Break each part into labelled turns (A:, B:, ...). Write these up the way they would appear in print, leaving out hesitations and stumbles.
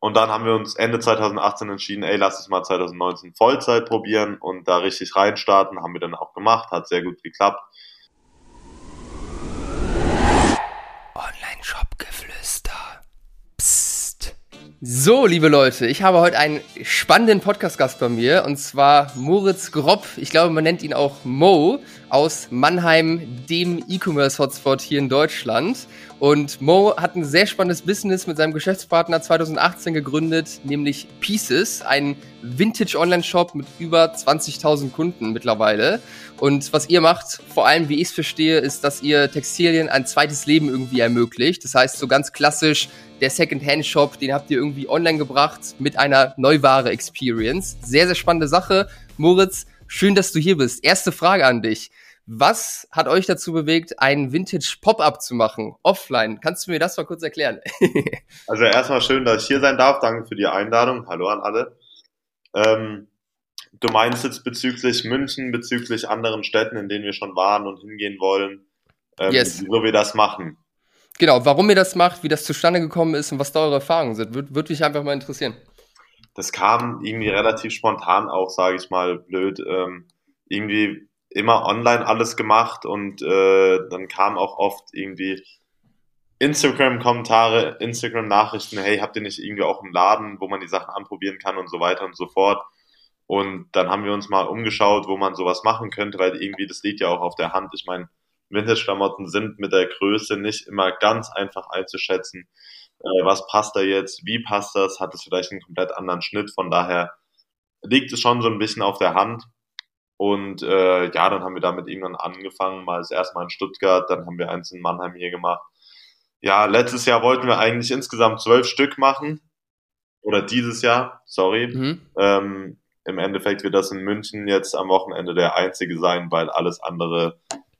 A: Und dann haben wir uns Ende 2018 entschieden, ey, lass es mal 2019 Vollzeit probieren und da richtig reinstarten. Haben wir dann auch gemacht, hat sehr gut geklappt.
B: Online-Shop-Geflüster. Psst. So, liebe Leute, ich habe heute einen spannenden Podcast-Gast bei mir, und zwar Moritz Gropp. Ich glaube, man nennt ihn auch Mo, aus Mannheim, dem E-Commerce-Hotspot hier in Deutschland. Und Mo hat ein sehr spannendes Business mit seinem Geschäftspartner 2018 gegründet, nämlich Pieces, ein Vintage-Online-Shop mit über 20.000 Kunden mittlerweile. Und was ihr macht, vor allem wie ich es verstehe, ist, dass ihr Textilien ein zweites Leben irgendwie ermöglicht. Das heißt, so ganz klassisch, der Second-Hand-Shop, den habt ihr irgendwie online gebracht mit einer Neuware-Experience. Sehr, sehr spannende Sache. Moritz, schön, dass du hier bist. Erste Frage an dich. Was hat euch dazu bewegt, einen Vintage-Pop-Up zu machen, offline? Kannst du mir das mal kurz erklären?
A: Also erstmal schön, dass ich hier sein darf. Danke für die Einladung. Hallo an alle. Du meinst jetzt bezüglich München, bezüglich anderen Städten, in denen wir schon waren und hingehen wollen,
B: Yes.
A: wieso wir das machen.
B: Genau, warum ihr das macht, wie das zustande gekommen ist und was da eure Erfahrungen sind. Würde mich einfach mal interessieren.
A: Das kam irgendwie relativ spontan auch, sage ich mal, blöd. Irgendwie immer online alles gemacht und dann kam auch oft irgendwie Instagram-Kommentare, Instagram-Nachrichten, hey, habt ihr nicht irgendwie auch einen Laden, wo man die Sachen anprobieren kann und so weiter und so fort. Und dann haben wir uns mal umgeschaut, wo man sowas machen könnte, weil irgendwie das liegt ja auch auf der Hand. Ich meine, Vintage-Klamotten sind mit der Größe nicht immer ganz einfach einzuschätzen. Was passt da jetzt? Wie passt das? Hat es vielleicht einen komplett anderen Schnitt? Von daher liegt es schon so ein bisschen auf der Hand. Und ja, dann haben wir damit irgendwann angefangen, mal das erste Mal in Stuttgart, dann haben wir eins in Mannheim hier gemacht. Ja, letztes Jahr wollten wir eigentlich insgesamt 12 Stück machen. Oder dieses Jahr, sorry.
B: Mhm.
A: Im Endeffekt wird das in München jetzt am Wochenende der einzige sein, weil alles andere,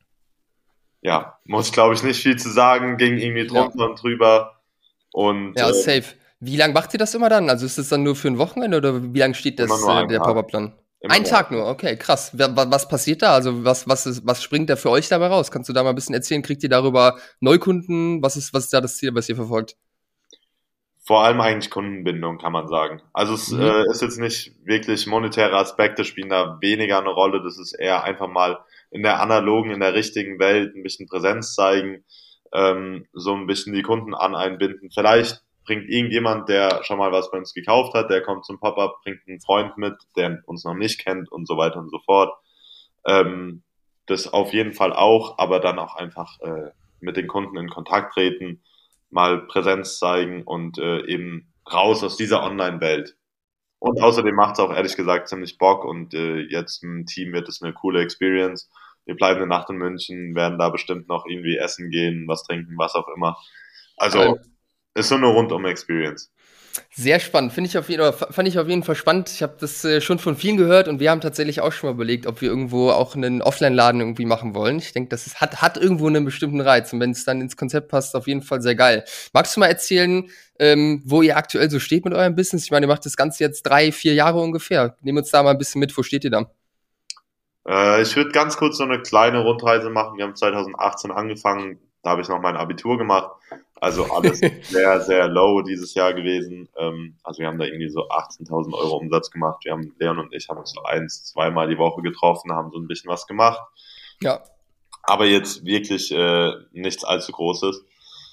A: ja, muss ich glaube ich nicht viel zu sagen, ging irgendwie drunter und drüber. Und
B: Ja, safe. Wie lange macht ihr das immer dann? Also ist das dann nur für ein Wochenende oder wie lange steht
A: immer
B: das,
A: nur einen
B: der
A: Tag.
B: Pop-Up-Plan?
A: Immer
B: Ein
A: nur
B: Tag
A: einen
B: nur,
A: Tag.
B: okay, krass. Was passiert da? Also was springt da für euch dabei raus? Kannst du da mal ein bisschen erzählen? Kriegt ihr darüber Neukunden? Was ist da das Ziel, was ihr verfolgt?
A: Vor allem eigentlich Kundenbindung, kann man sagen. Also es
B: Mhm.
A: ist jetzt nicht wirklich monetäre Aspekte spielen da weniger eine Rolle. Das ist eher einfach mal in der analogen, in der richtigen Welt ein bisschen Präsenz zeigen, so ein bisschen die Kunden an einbinden. Vielleicht bringt irgendjemand, der schon mal was bei uns gekauft hat, der kommt zum Pop-up, bringt einen Freund mit, der uns noch nicht kennt und so weiter und so fort. Das auf jeden Fall auch, aber dann auch einfach mit den Kunden in Kontakt treten, mal Präsenz zeigen und eben raus aus dieser Online-Welt. Und außerdem macht es auch ehrlich gesagt ziemlich Bock und jetzt im Team wird es eine coole Experience. Wir bleiben eine Nacht in München, werden da bestimmt noch irgendwie essen gehen, was trinken, was auch immer. Also
B: Geil.
A: ist so eine Rundum-Experience.
B: Sehr spannend. Fand ich auf jeden Fall spannend. Ich habe das schon von vielen gehört und wir haben tatsächlich auch schon mal überlegt, ob wir irgendwo auch einen Offline-Laden irgendwie machen wollen. Ich denke, hat irgendwo einen bestimmten Reiz. Und wenn es dann ins Konzept passt, auf jeden Fall sehr geil. Magst du mal erzählen, wo ihr aktuell so steht mit eurem Business? Ich meine, ihr macht das Ganze jetzt 3, 4 Jahre ungefähr. Nehmen uns da mal ein bisschen mit. Wo steht ihr da?
A: Ich würde ganz kurz so eine kleine Rundreise machen. Wir haben 2018 angefangen, da habe ich noch mein Abitur gemacht. Also alles sehr, sehr low dieses Jahr gewesen. Also wir haben da irgendwie so 18.000 Euro Umsatz gemacht. Leon und ich haben uns so zweimal die Woche getroffen, haben so ein bisschen was gemacht.
B: Ja.
A: Aber jetzt wirklich nichts allzu Großes.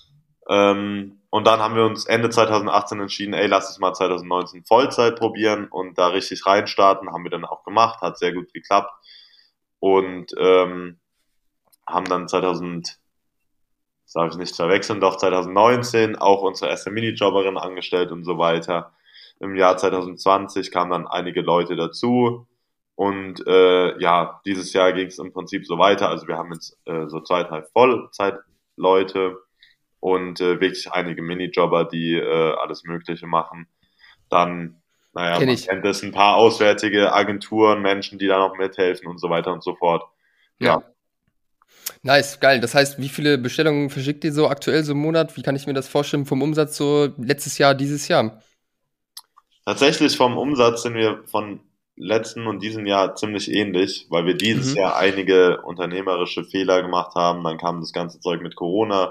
A: Und dann haben wir uns Ende 2018 entschieden, ey, lass es mal 2019 Vollzeit probieren und da richtig reinstarten. Haben wir dann auch gemacht, hat sehr gut geklappt. Und haben dann 2000, das darf ich nicht verwechseln, doch 2019 auch unsere erste Minijobberin angestellt und so weiter. Im Jahr 2020 kamen dann einige Leute dazu und ja, dieses Jahr ging es im Prinzip so weiter. Also wir haben jetzt so 2, 3 Vollzeitleute und wirklich einige Minijobber, die alles Mögliche machen. Dann, naja,
B: Kenne
A: man
B: ich.
A: kennt es, ein paar auswärtige Agenturen, Menschen, die da noch mithelfen und so weiter und so fort. Ja,
B: Ja. Nice, geil. Das heißt, wie viele Bestellungen verschickt ihr so aktuell so im Monat? Wie kann ich mir das vorstellen vom Umsatz so letztes Jahr, dieses Jahr?
A: tatsächlich vom Umsatz sind wir von letzten und diesem Jahr ziemlich ähnlich, weil wir dieses
B: Mhm.
A: Jahr einige unternehmerische Fehler gemacht haben. Dann kam das ganze Zeug mit Corona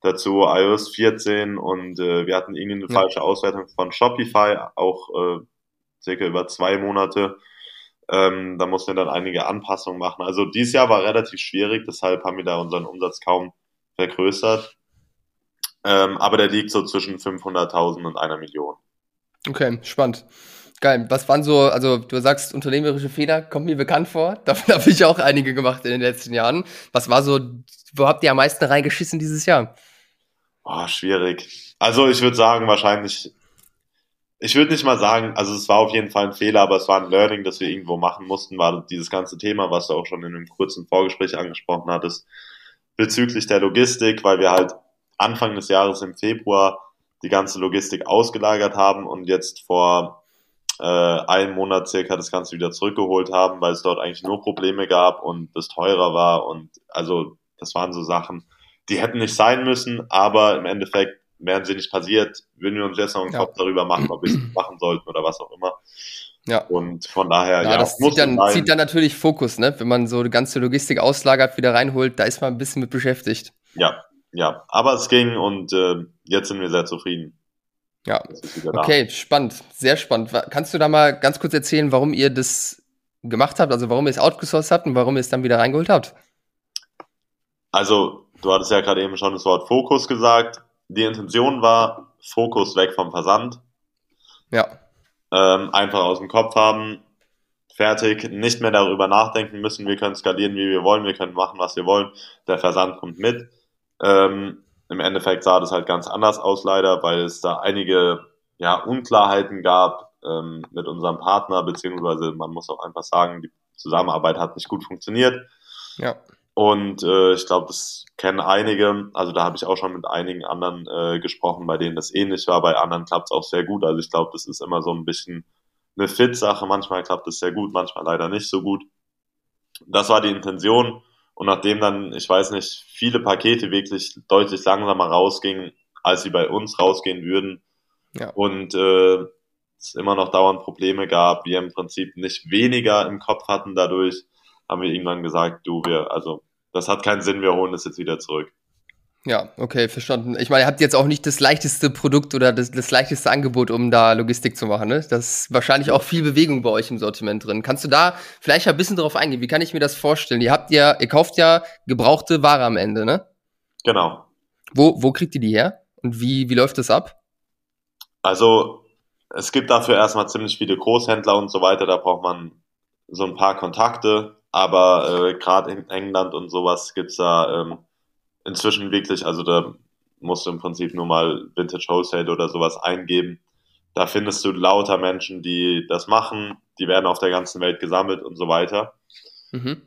A: dazu iOS 14 und wir hatten irgendwie eine falsche Auswertung von Shopify, auch circa über 2 Monate. Da mussten wir dann einige Anpassungen machen. Also dieses Jahr war relativ schwierig, deshalb haben wir da unseren Umsatz kaum vergrößert. Aber der liegt so zwischen 500.000 und 1 Million.
B: Okay, spannend. Geil. Was waren so, also du sagst, unternehmerische Fehler, kommt mir bekannt vor. Davon habe ich auch einige gemacht in den letzten Jahren. Was war so, wo habt ihr am meisten reingeschissen dieses Jahr?
A: Oh, schwierig. Also ich würde sagen, wahrscheinlich, ich würde nicht mal sagen, also es war auf jeden Fall ein Fehler, aber es war ein Learning, das wir irgendwo machen mussten, war dieses ganze Thema, was du auch schon in einem kurzen Vorgespräch angesprochen hattest, bezüglich der Logistik, weil wir halt Anfang des Jahres im Februar die ganze Logistik ausgelagert haben und jetzt vor einem Monat circa das Ganze wieder zurückgeholt haben, weil es dort eigentlich nur Probleme gab und es teurer war und also das waren so Sachen, die hätten nicht sein müssen, aber im Endeffekt wären sie nicht passiert, würden wir uns jetzt noch einen
B: Ja.
A: Kopf darüber machen, ob wir es machen sollten oder was auch immer.
B: Ja.
A: Und von daher,
B: Ja,
A: ja,
B: das
A: muss
B: zieht dann natürlich Fokus, ne? Wenn man so die ganze Logistik auslagert, wieder reinholt, da ist man ein bisschen mit beschäftigt.
A: Ja, ja, aber es ging und jetzt sind wir sehr zufrieden.
B: Ja,
A: Es ist wieder da.
B: okay, spannend, sehr spannend. Kannst du da mal ganz kurz erzählen, warum ihr das gemacht habt, also warum ihr es outgesourced habt und warum ihr es dann wieder reingeholt habt?
A: Also, du hattest ja gerade eben schon das Wort Fokus gesagt. Die Intention war, Fokus weg vom Versand.
B: Ja,
A: Einfach aus dem Kopf haben, fertig, nicht mehr darüber nachdenken müssen, wir können skalieren, wie wir wollen, wir können machen, was wir wollen, der Versand kommt mit. Im Endeffekt sah das halt ganz anders aus leider, weil es da einige Unklarheiten gab mit unserem Partner, beziehungsweise man muss auch einfach sagen, die Zusammenarbeit hat nicht gut funktioniert.
B: ja,
A: Und ich glaube, das kennen einige. Also da habe ich auch schon mit einigen anderen gesprochen, bei denen das ähnlich war. Bei anderen klappt es auch sehr gut. Also ich glaube, das ist immer so ein bisschen eine Fit-Sache. Manchmal klappt es sehr gut, manchmal leider nicht so gut. Das war die Intention. Und nachdem dann, ich weiß nicht, viele Pakete wirklich deutlich langsamer rausgingen, als sie bei uns rausgehen würden
B: ja.
A: und es immer noch dauernd Probleme gab, wir im Prinzip nicht weniger im Kopf hatten dadurch, haben wir irgendwann gesagt, also das hat keinen Sinn, wir holen das jetzt wieder zurück.
B: Ja, okay, verstanden. Ich meine, ihr habt jetzt auch nicht das leichteste Produkt oder das leichteste Angebot, um da Logistik zu machen, ne? Das ist wahrscheinlich auch viel Bewegung bei euch im Sortiment drin. Kannst du da vielleicht ein bisschen drauf eingehen? Wie kann ich mir das vorstellen? Ihr kauft ja gebrauchte Ware am Ende, ne?
A: Genau.
B: Wo kriegt ihr die her? Und wie läuft das ab?
A: Also es gibt dafür erstmal ziemlich viele Großhändler und so weiter, da braucht man so ein paar Kontakte, aber gerade in England und sowas gibt's da inzwischen wirklich, also da musst du im Prinzip nur mal Vintage Wholesale oder sowas eingeben. Da findest du lauter Menschen, die das machen, die werden auf der ganzen Welt gesammelt und so weiter.
B: Mhm.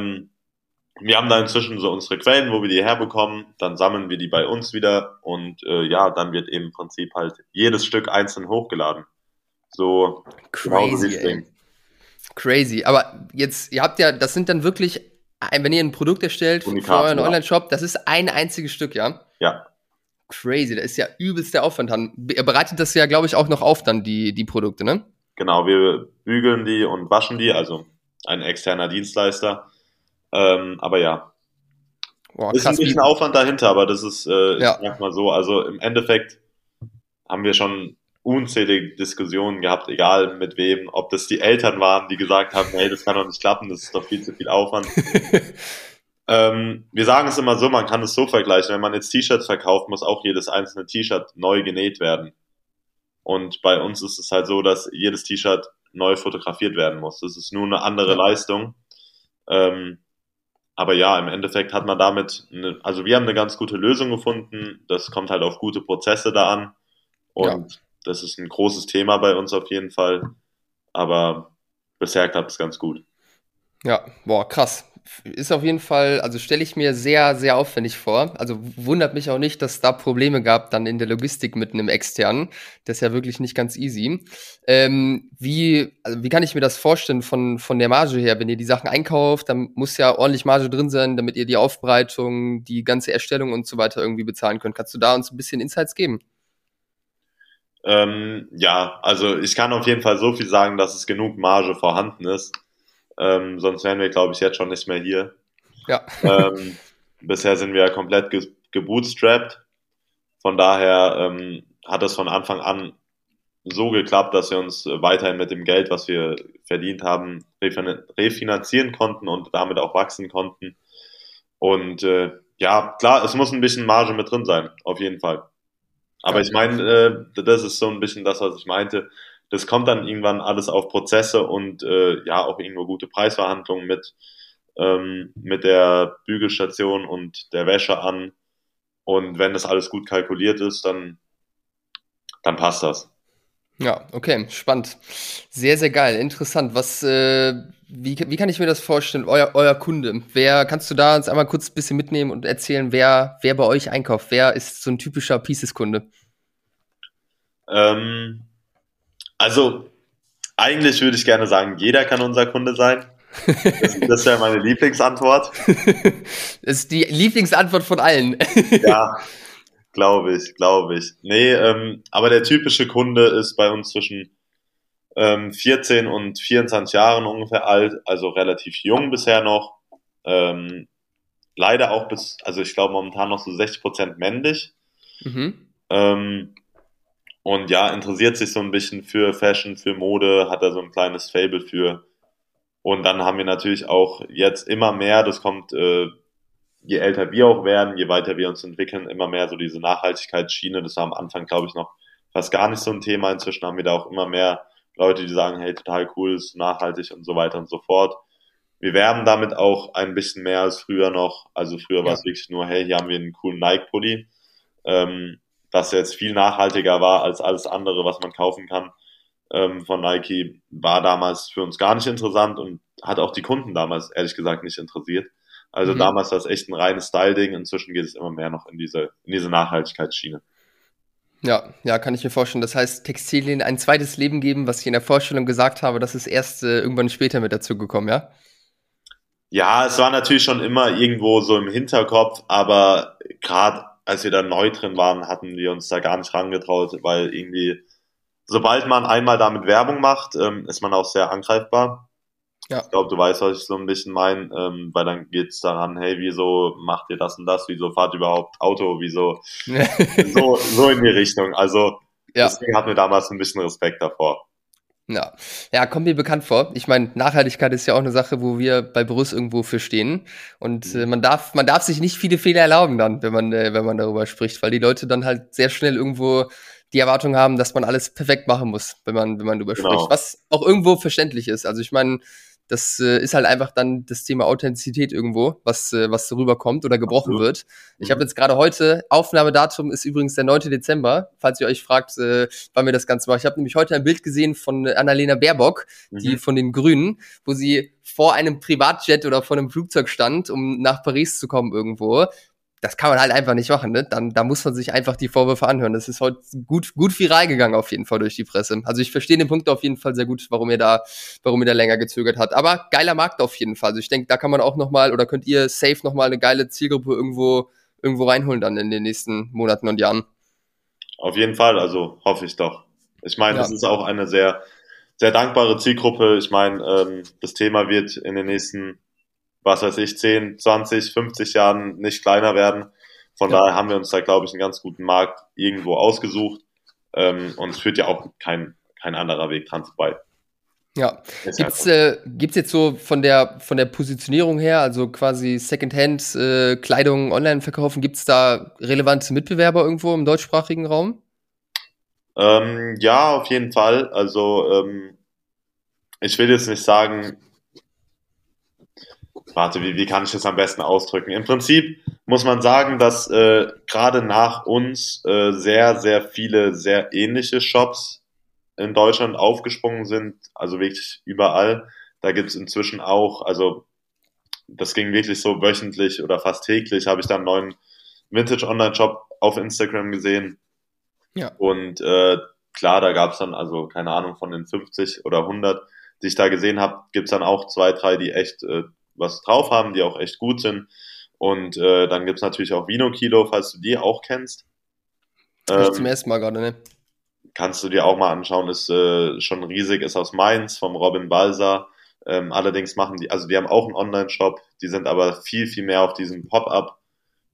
A: Wir haben da inzwischen so unsere Quellen, wo wir die herbekommen, dann sammeln wir die bei uns wieder und dann wird eben im Prinzip halt jedes Stück einzeln hochgeladen. So genauso wie
B: Crazy,
A: es
B: ey.
A: klingt.
B: Crazy. Aber jetzt, ihr habt ja, das sind dann wirklich, wenn ihr ein Produkt erstellt für
A: Unikat,
B: euren
A: ja.
B: Online-Shop, das ist ein einziges Stück, ja?
A: Ja,
B: Crazy, da ist ja übelst der Aufwand dran. Ihr bereitet das ja, glaube ich, auch noch auf dann, die Produkte, ne?
A: genau, wir bügeln die und waschen die, also ein externer Dienstleister. Aber ja,
B: Boah,
A: ist ein
B: krass,
A: bisschen
B: wie,
A: Aufwand dahinter, aber das ist, ich
B: ja,
A: sag mal so, also im Endeffekt haben wir schon unzählige Diskussionen gehabt, egal mit wem, ob das die Eltern waren, die gesagt haben, hey, das kann doch nicht klappen, das ist doch viel zu viel Aufwand. Wir sagen es immer so, man kann es so vergleichen, wenn man jetzt T-Shirts verkauft, muss auch jedes einzelne T-Shirt neu genäht werden. Und bei uns ist es halt so, dass jedes T-Shirt neu fotografiert werden muss. Das ist nur eine andere
B: ja,
A: Leistung. Ähm, aber ja, im Endeffekt hat man damit, also wir haben eine ganz gute Lösung gefunden. Das kommt halt auf gute Prozesse da an.
B: ja.
A: Und das ist ein großes Thema bei uns auf jeden Fall. Aber bisher klappt es ganz gut.
B: Ja, boah, krass. Ist auf jeden Fall, also stelle ich mir sehr, sehr aufwendig vor. Also wundert mich auch nicht, dass da Probleme gab dann in der Logistik mit einem externen. Das ist ja wirklich nicht ganz easy. Wie kann ich mir das vorstellen von der Marge her? Wenn ihr die Sachen einkauft, dann muss ja ordentlich Marge drin sein, damit ihr die Aufbereitung, die ganze Erstellung und so weiter irgendwie bezahlen könnt. Kannst du da uns ein bisschen Insights geben?
A: Ja, also ich kann auf jeden Fall so viel sagen, dass es genug Marge vorhanden ist. Sonst wären wir, glaube ich, jetzt schon nicht mehr hier.
B: Ja.
A: Ähm, Bisher sind wir ja komplett gebootstrapped. Von daher hat es von Anfang an so geklappt, dass wir uns weiterhin mit dem Geld, was wir verdient haben, refinanzieren konnten und damit auch wachsen konnten. Und ja, klar, es muss ein bisschen Marge mit drin sein, auf jeden Fall. Aber
B: Ja.
A: ich meine, das ist so ein bisschen das, was ich meinte. Das kommt dann irgendwann alles auf Prozesse und ja, auch irgendwo gute Preisverhandlungen mit der Bügelstation und der Wäsche an. Und wenn das alles gut kalkuliert ist, dann passt das.
B: Ja, okay, spannend. Sehr, sehr geil, interessant. Wie kann ich mir das vorstellen, euer Kunde? Kannst du da uns einmal kurz ein bisschen mitnehmen und erzählen, wer bei euch einkauft? Wer ist so ein typischer Pieces-Kunde?
A: Ähm, also eigentlich würde ich gerne sagen, jeder kann unser Kunde sein. Das wäre meine Lieblingsantwort.
B: Das ist die Lieblingsantwort von allen.
A: Ja, glaube ich. Nee, aber der typische Kunde ist bei uns zwischen 14 und 24 Jahren ungefähr alt, also relativ jung bisher noch. Ähm, leider auch also ich glaube momentan noch so 60% männlich.
B: Mhm.
A: Ähm, und ja, interessiert sich so ein bisschen für Fashion, für Mode, hat da so ein kleines Faible für. Und dann haben wir natürlich auch jetzt immer mehr, das kommt, je älter wir auch werden, je weiter wir uns entwickeln, immer mehr so diese Nachhaltigkeitsschiene. Das war am Anfang, glaube ich, noch fast gar nicht so ein Thema. Inzwischen haben wir da auch immer mehr Leute, die sagen, hey, total cool, ist nachhaltig und so weiter und so fort. Wir werben damit auch ein bisschen mehr als früher noch. Also früher war
B: Ja.
A: es wirklich nur, hey, hier haben wir einen coolen Nike-Pulli, das jetzt viel nachhaltiger war als alles andere, was man kaufen kann von Nike, war damals für uns gar nicht interessant und hat auch die Kunden damals ehrlich gesagt nicht interessiert. Also
B: Mhm.
A: damals war es echt ein reines Style-Ding. Inzwischen geht es immer mehr noch in diese Nachhaltigkeitsschiene.
B: Ja, ja, kann ich mir vorstellen. Das heißt, Textilien ein zweites Leben geben, was ich in der Vorstellung gesagt habe, das ist erst irgendwann später mit dazu gekommen, ja?
A: Ja, es war natürlich schon immer irgendwo so im Hinterkopf, aber gerade als wir da neu drin waren, hatten wir uns da gar nicht rangetraut, weil irgendwie, sobald man einmal damit Werbung macht, ist man auch sehr angreifbar.
B: Ja.
A: Ich glaube, du weißt, was ich so ein bisschen meine, weil dann geht's daran, hey, wieso macht ihr das und das, wieso fahrt ihr überhaupt Auto, wieso so in die Richtung. Also
B: Ja.
A: deswegen hatten wir damals ein bisschen Respekt davor.
B: Ja. Ja, kommt mir bekannt vor. Ich meine, Nachhaltigkeit ist ja auch eine Sache, wo wir bei Brüss irgendwo für stehen. Und
A: Mhm.
B: man darf sich nicht viele Fehler erlauben dann, wenn man darüber spricht, weil die Leute dann halt sehr schnell irgendwo die Erwartung haben, dass man alles perfekt machen muss, wenn man darüber spricht.
A: Genau.
B: Was auch irgendwo verständlich ist. Also ich meine, das ist halt einfach dann das Thema Authentizität irgendwo, was darüber kommt oder gebrochen
A: Absolut.
B: wird. Ich habe
A: Mhm.
B: jetzt gerade heute, Aufnahmedatum ist übrigens der 9. Dezember, falls ihr euch fragt, wann wir das Ganze machen. Ich habe nämlich heute ein Bild gesehen von Annalena Baerbock, die
A: Mhm.
B: von den Grünen, wo sie vor einem Privatjet oder vor einem Flugzeug stand, um nach Paris zu kommen irgendwo. Das kann man halt einfach nicht machen, ne? Da muss man sich einfach die Vorwürfe anhören. Das ist heute gut viral gegangen auf jeden Fall durch die Presse. Also ich verstehe den Punkt auf jeden Fall sehr gut, warum ihr da länger gezögert habt. Aber geiler Markt auf jeden Fall. Also ich denke, da kann man auch noch mal oder könnt ihr safe noch mal eine geile Zielgruppe irgendwo reinholen dann in den nächsten Monaten und Jahren.
A: Auf jeden Fall, also hoffe ich doch. Ich meine, das
B: Ja,
A: ist auch eine sehr, sehr dankbare Zielgruppe. Ich meine, das Thema wird in den nächsten, was weiß ich, 10, 20, 50 Jahren nicht kleiner werden. Von
B: ja.
A: daher haben wir uns da, glaube ich, einen ganz guten Markt irgendwo ausgesucht. Und es führt ja auch kein anderer Weg dran vorbei.
B: Ja.
A: Ist ja
B: Gibt's jetzt so von der Positionierung her, also quasi Secondhand Kleidung online verkaufen, gibt's da relevante Mitbewerber irgendwo im deutschsprachigen Raum?
A: ja, auf jeden Fall. Also ich will jetzt nicht sagen, warte, wie kann ich das am besten ausdrücken? Im Prinzip muss man sagen, dass gerade nach uns sehr, sehr viele sehr ähnliche Shops in Deutschland aufgesprungen sind, also wirklich überall. Da gibt's inzwischen auch, also das ging wirklich so wöchentlich oder fast täglich, habe ich da einen neuen Vintage-Online-Shop auf Instagram gesehen.
B: Ja.
A: Und klar, da gab's dann, also keine Ahnung, von den 50 oder 100, die ich da gesehen habe, gibt's dann auch zwei, drei, die echt was drauf haben, die auch echt gut sind. Und dann gibt's natürlich auch Vino Kilo, falls du die auch kennst.
B: Hör ich zum
A: Ähm,
B: ersten Mal gerade, ne?
A: kannst du dir auch mal anschauen, ist schon riesig, ist aus Mainz, vom Robin Balser. Allerdings machen die, also die haben auch einen Online-Shop, die sind aber viel, viel mehr auf diesem Pop-up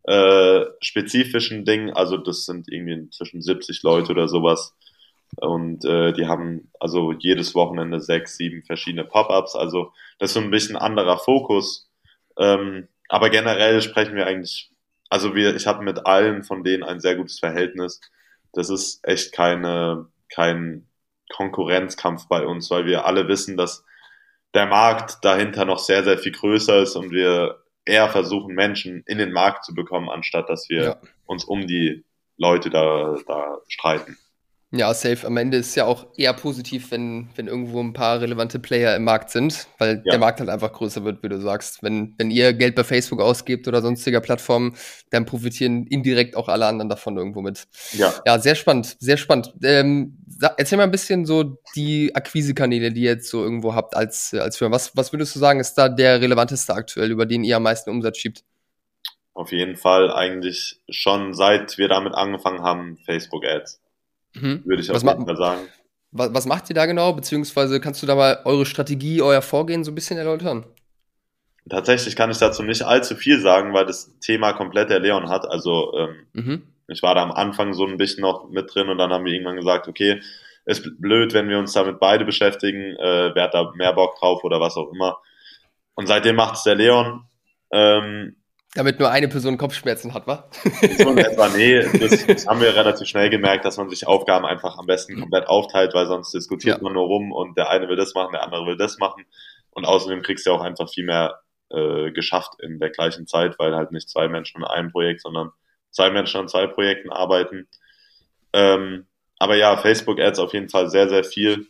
A: spezifischen Dingen. Also das sind irgendwie zwischen 70 Leute oder sowas. Und die haben also jedes Wochenende 6, 7 verschiedene Pop-ups. Also das ist so ein bisschen anderer Fokus. Aber generell sprechen wir eigentlich, also ich habe mit allen von denen ein sehr gutes Verhältnis. Das ist echt kein Konkurrenzkampf bei uns, weil wir alle wissen, dass der Markt dahinter noch sehr, sehr viel größer ist und wir eher versuchen, Menschen in den Markt zu bekommen, anstatt dass wir
B: Ja.
A: uns um die Leute da streiten.
B: Ja, safe. Am Ende ist es ja auch eher positiv, wenn irgendwo ein paar relevante Player im Markt sind, weil der
A: Ja,
B: Markt halt einfach größer wird, wie du sagst. Wenn ihr Geld bei Facebook ausgebt oder sonstiger Plattformen, dann profitieren indirekt auch alle anderen davon irgendwo mit.
A: ja.
B: Ja, sehr spannend, sehr spannend. Erzähl mal ein bisschen so die Akquisekanäle, die ihr jetzt so irgendwo habt als Firma. Was würdest du sagen, ist da der relevanteste aktuell, über den ihr am meisten Umsatz schiebt?
A: Auf jeden Fall eigentlich schon seit wir damit angefangen haben, Facebook Ads,
B: Mhm.
A: würde ich auf jeden Fall sagen.
B: Was macht ihr da genau? Beziehungsweise kannst du da mal eure Strategie, euer Vorgehen so ein bisschen erläutern?
A: Tatsächlich kann ich dazu nicht allzu viel sagen, weil das Thema komplett der Leon hat. Also
B: Mhm.
A: ich war da am Anfang so ein bisschen noch mit drin und dann haben wir irgendwann gesagt, okay, ist blöd, wenn wir uns damit beide beschäftigen, wer hat da mehr Bock drauf oder was auch immer. Und seitdem macht es der Leon. Ähm,
B: Damit nur eine Person Kopfschmerzen hat, wa?
A: so in etwa, nee, das haben wir relativ schnell gemerkt, dass man sich Aufgaben einfach am besten komplett aufteilt, weil sonst
B: Ja,
A: diskutiert man nur rum und der eine will das machen, der andere will das machen. Und außerdem kriegst du auch einfach viel mehr geschafft in der gleichen Zeit, weil halt nicht zwei Menschen an einem Projekt, sondern zwei Menschen an zwei Projekten arbeiten. Aber ja, Facebook-Ads auf jeden Fall sehr, sehr viel.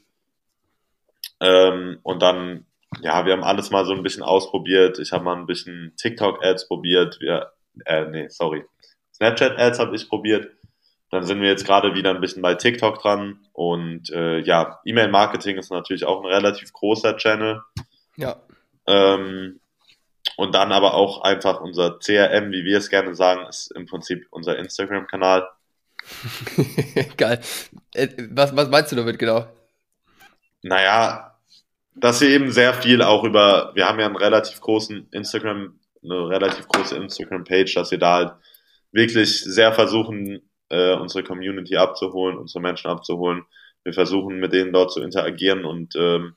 A: Und dann, ja, wir haben alles mal so ein bisschen ausprobiert. Ich habe mal ein bisschen TikTok-Ads probiert. Nee, sorry. Snapchat-Ads habe ich probiert. Dann sind wir jetzt gerade wieder ein bisschen bei TikTok dran. Und ja, E-Mail-Marketing ist natürlich auch ein relativ großer Channel.
B: ja.
A: Ähm, und dann aber auch einfach unser CRM, wie wir es gerne sagen, ist im Prinzip unser Instagram-Kanal.
B: Geil. Was meinst du damit genau?
A: Naja, dass wir eben sehr viel auch wir haben ja einen relativ großen eine relativ große Instagram-Page, dass wir da halt wirklich sehr versuchen, unsere Community abzuholen, unsere Menschen abzuholen. Wir versuchen mit denen dort zu interagieren und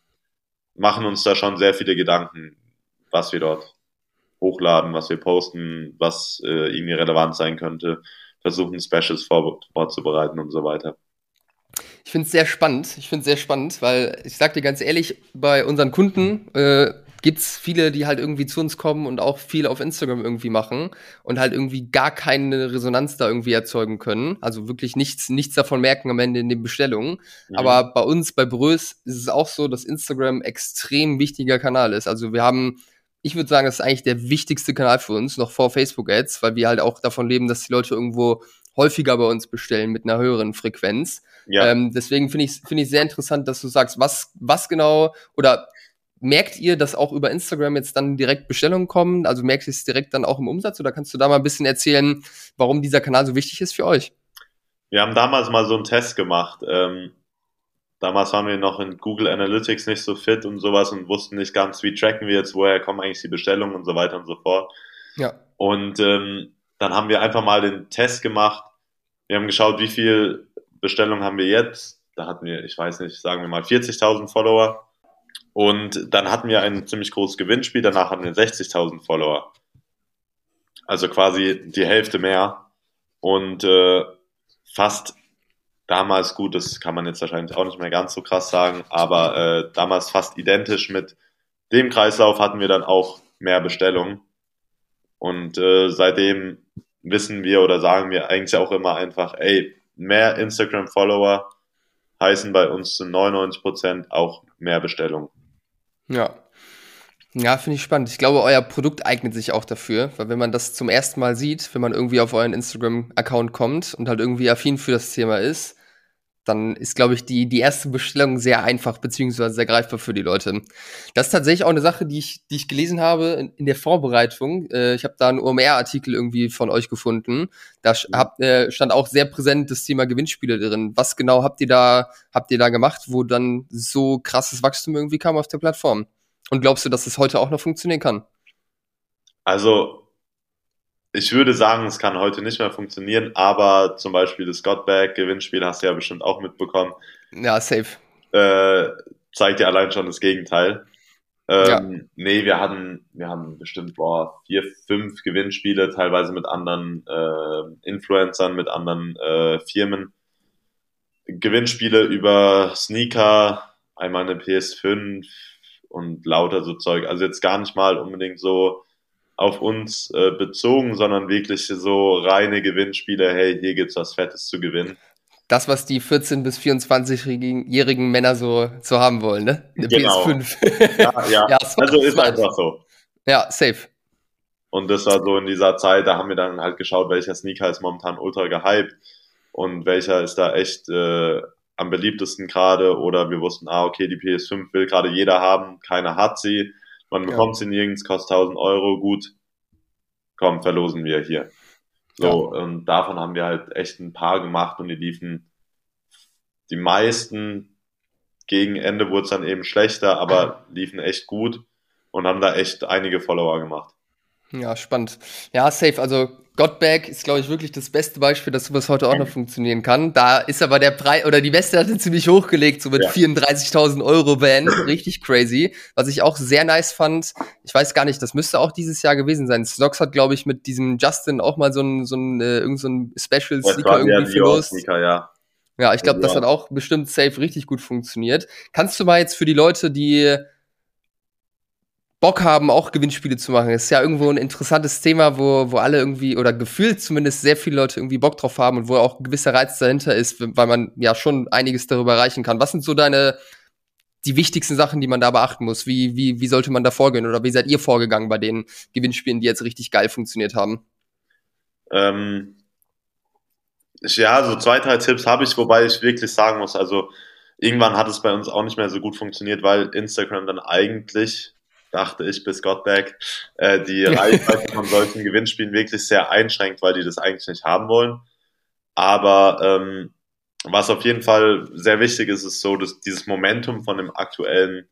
A: machen uns da schon sehr viele Gedanken, was wir dort hochladen, was wir posten, was irgendwie relevant sein könnte, versuchen Specials vorzubereiten und so weiter.
B: Ich finde es sehr spannend. Ich finde es sehr spannend, weil ich sag dir ganz ehrlich, bei unseren Kunden gibt's viele, die halt irgendwie zu uns kommen und auch viel auf Instagram irgendwie machen und halt irgendwie gar keine Resonanz da irgendwie erzeugen können. Also wirklich nichts davon merken am Ende in den Bestellungen.
A: Mhm.
B: Aber bei uns, bei Brös, ist es auch so, dass Instagram extrem wichtiger Kanal ist. Also wir haben, ich würde sagen, das ist eigentlich der wichtigste Kanal für uns, noch vor Facebook-Ads, weil wir halt auch davon leben, dass die Leute irgendwo häufiger bei uns bestellen mit einer höheren Frequenz.
A: Ja,
B: Deswegen finde ich sehr interessant, dass du sagst, was genau oder merkt ihr, dass auch über Instagram jetzt dann direkt Bestellungen kommen? Also merkt ihr es direkt dann auch im Umsatz oder kannst du da mal ein bisschen erzählen, warum dieser Kanal so wichtig ist für euch?
A: wir haben damals mal so einen Test gemacht. Damals waren wir noch in Google Analytics nicht so fit und sowas und wussten nicht ganz, wie tracken wir jetzt, woher kommen eigentlich die Bestellungen und so weiter und so fort.
B: Ja.
A: Und dann haben wir einfach mal den Test gemacht. Wir haben geschaut, wie viel Bestellungen haben wir jetzt. Da hatten wir, ich weiß nicht, sagen wir mal 40.000 Follower. Und dann hatten wir ein ziemlich großes Gewinnspiel. Danach hatten wir 60.000 Follower. Also quasi die Hälfte mehr. Und fast damals, gut, das kann man jetzt wahrscheinlich auch nicht mehr ganz so krass sagen, aber damals fast identisch mit dem Kreislauf hatten wir dann auch mehr Bestellungen. Und seitdem wissen wir oder sagen wir eigentlich auch immer einfach, ey, mehr Instagram-Follower heißen bei uns zu 99% auch mehr Bestellungen.
B: Ja. Ja, finde ich spannend. Ich glaube, euer Produkt eignet sich auch dafür, weil wenn man das zum ersten Mal sieht, wenn man irgendwie auf euren Instagram-Account kommt und halt irgendwie affin für das Thema ist, dann ist, glaube ich, die erste Bestellung sehr einfach, beziehungsweise sehr greifbar für die Leute. Das ist tatsächlich auch eine Sache, die ich gelesen habe in der Vorbereitung. Ich habe da einen OMR-Artikel irgendwie von euch gefunden. Da stand auch sehr präsent das Thema Gewinnspiele drin. Was genau habt ihr da gemacht, wo dann so krasses Wachstum irgendwie kam auf der Plattform? Und glaubst du, dass es heute auch noch funktionieren kann?
A: Also Ich würde sagen, es kann heute nicht mehr funktionieren, aber zum Beispiel das Got-Back-Gewinnspiel hast du ja bestimmt auch mitbekommen,
B: Ja, safe.
A: äh, zeigt ja allein schon das Gegenteil.
B: Ja,
A: Nee, wir haben bestimmt, 4, 5 Gewinnspiele, teilweise mit anderen Influencern, mit anderen Firmen. Gewinnspiele über Sneaker, einmal eine PS5 und lauter so Zeug. Also jetzt gar nicht mal unbedingt so auf uns bezogen, sondern wirklich so reine Gewinnspiele. Hey, hier gibt's was Fettes zu gewinnen.
B: das, was die 14- bis 24-jährigen Männer so haben wollen, ne? Eine
A: Genau.
B: PS5.
A: Ja, ja.
B: Ja,
A: Also
B: smart,
A: ist
B: smart.
A: einfach so.
B: Ja, safe.
A: Und das war so in dieser Zeit, da haben wir dann halt geschaut, welcher Sneaker ist momentan ultra gehypt und welcher ist da echt am beliebtesten gerade. Oder wir wussten, okay, die PS5 will gerade jeder haben, keiner hat sie. Man
B: Ja,
A: bekommt sie nirgends, kostet 1.000 Euro, gut, komm, verlosen wir hier.
B: ja.
A: So, und davon haben wir halt echt ein paar gemacht und die liefen die meisten gegen Ende wurde es dann eben schlechter, aber liefen echt gut und haben da echt einige Follower gemacht.
B: Ja, spannend. Ja, safe. Also Gotback ist, glaube ich, wirklich das beste Beispiel, dass sowas heute auch noch funktionieren kann. Da ist aber der Preis, oder die Messlatte ziemlich hochgelegt, so mit
A: Ja.
B: 34.000 Euro Ban. Richtig crazy. Was ich auch sehr nice fand, ich weiß gar nicht, das müsste auch dieses Jahr gewesen sein. Snox hat, glaube ich, mit diesem Justin auch mal irgend so ein
A: Das
B: Special-Sneaker
A: war der
B: irgendwie verlost.
A: Dior-Sneaker, ja.
B: Ja, ich glaube, das hat
A: Ja.
B: auch bestimmt safe richtig gut funktioniert. Kannst du mal jetzt für die Leute, die Bock haben, auch Gewinnspiele zu machen. Ist ja irgendwo ein interessantes Thema, wo alle irgendwie, oder gefühlt zumindest sehr viele Leute irgendwie Bock drauf haben und wo auch ein gewisser Reiz dahinter ist, weil man ja schon einiges darüber erreichen kann. Was sind so die wichtigsten Sachen, die man da beachten muss? Wie sollte man da vorgehen? Oder wie seid ihr vorgegangen bei den Gewinnspielen, die jetzt richtig geil funktioniert haben?
A: Ähm, ja, so 2, 3 Tipps habe ich, wobei ich wirklich sagen muss, also irgendwann hat es bei uns auch nicht mehr so gut funktioniert, weil Instagram dann eigentlich, dachte ich, bis Gottberg, die Reichweite von solchen Gewinnspielen wirklich sehr einschränkt, weil die das eigentlich nicht haben wollen. Aber was auf jeden Fall sehr wichtig ist, ist so, dass dieses Momentum von dem aktuellen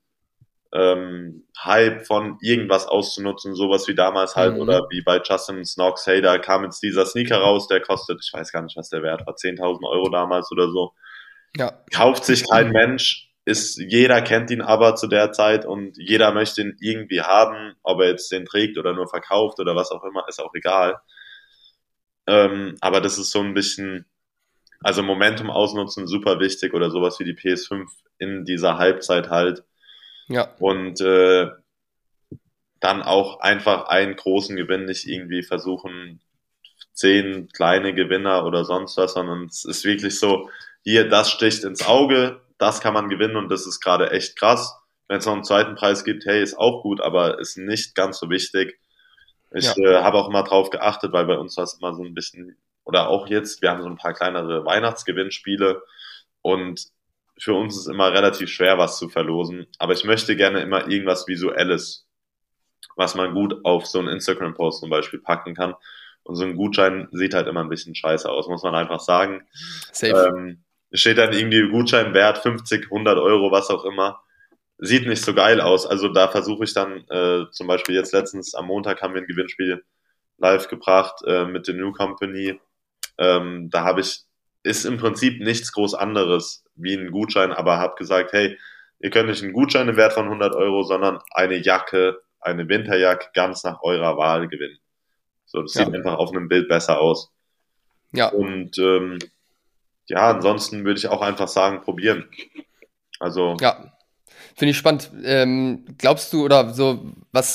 A: Hype von irgendwas auszunutzen, sowas wie damals halt,
B: Mhm.
A: oder wie bei Justin Snox, hey, da kam jetzt dieser Sneaker raus, der kostet, ich weiß gar nicht, was der Wert war, 10.000 Euro damals oder so.
B: Ja.
A: Kauft sich kein Mensch, jeder kennt ihn aber zu der Zeit und jeder möchte ihn irgendwie haben, ob er jetzt den trägt oder nur verkauft oder was auch immer, ist auch egal. Aber das ist so ein bisschen, also Momentum ausnutzen, super wichtig oder sowas wie die PS5 in dieser Halbzeit halt.
B: Ja.
A: Und dann auch einfach einen großen Gewinn, nicht irgendwie versuchen, 10 kleine Gewinner oder sonst was, sondern es ist wirklich so, hier, das sticht ins Auge, das kann man gewinnen und das ist gerade echt krass. Wenn es noch einen zweiten Preis gibt, hey, ist auch gut, aber ist nicht ganz so wichtig. Ich
B: Ja.
A: habe auch immer drauf geachtet, weil bei uns war es immer so ein bisschen, oder auch jetzt, wir haben so ein paar kleinere Weihnachtsgewinnspiele und für uns ist immer relativ schwer, was zu verlosen. Aber ich möchte gerne immer irgendwas Visuelles, was man gut auf so einen Instagram-Post zum Beispiel packen kann. Und so ein Gutschein sieht halt immer ein bisschen scheiße aus, muss man einfach sagen.
B: Safe.
A: Es steht dann irgendwie Gutscheinwert 50, 100 Euro, was auch immer. Sieht nicht so geil aus. Also da versuche ich dann zum Beispiel jetzt letztens am Montag haben wir ein Gewinnspiel live gebracht mit der New Company. Da habe ich, ist im Prinzip nichts groß anderes wie ein Gutschein, aber habe gesagt, hey, ihr könnt nicht einen Gutschein im Wert von 100 Euro, sondern eine Jacke, eine Winterjacke ganz nach eurer Wahl gewinnen. So, das sieht
B: Ja.
A: einfach auf einem Bild besser aus.
B: Ja.
A: Und ja, ansonsten würde ich auch einfach sagen, probieren. Also
B: Ja. Finde ich spannend. Glaubst du, oder so,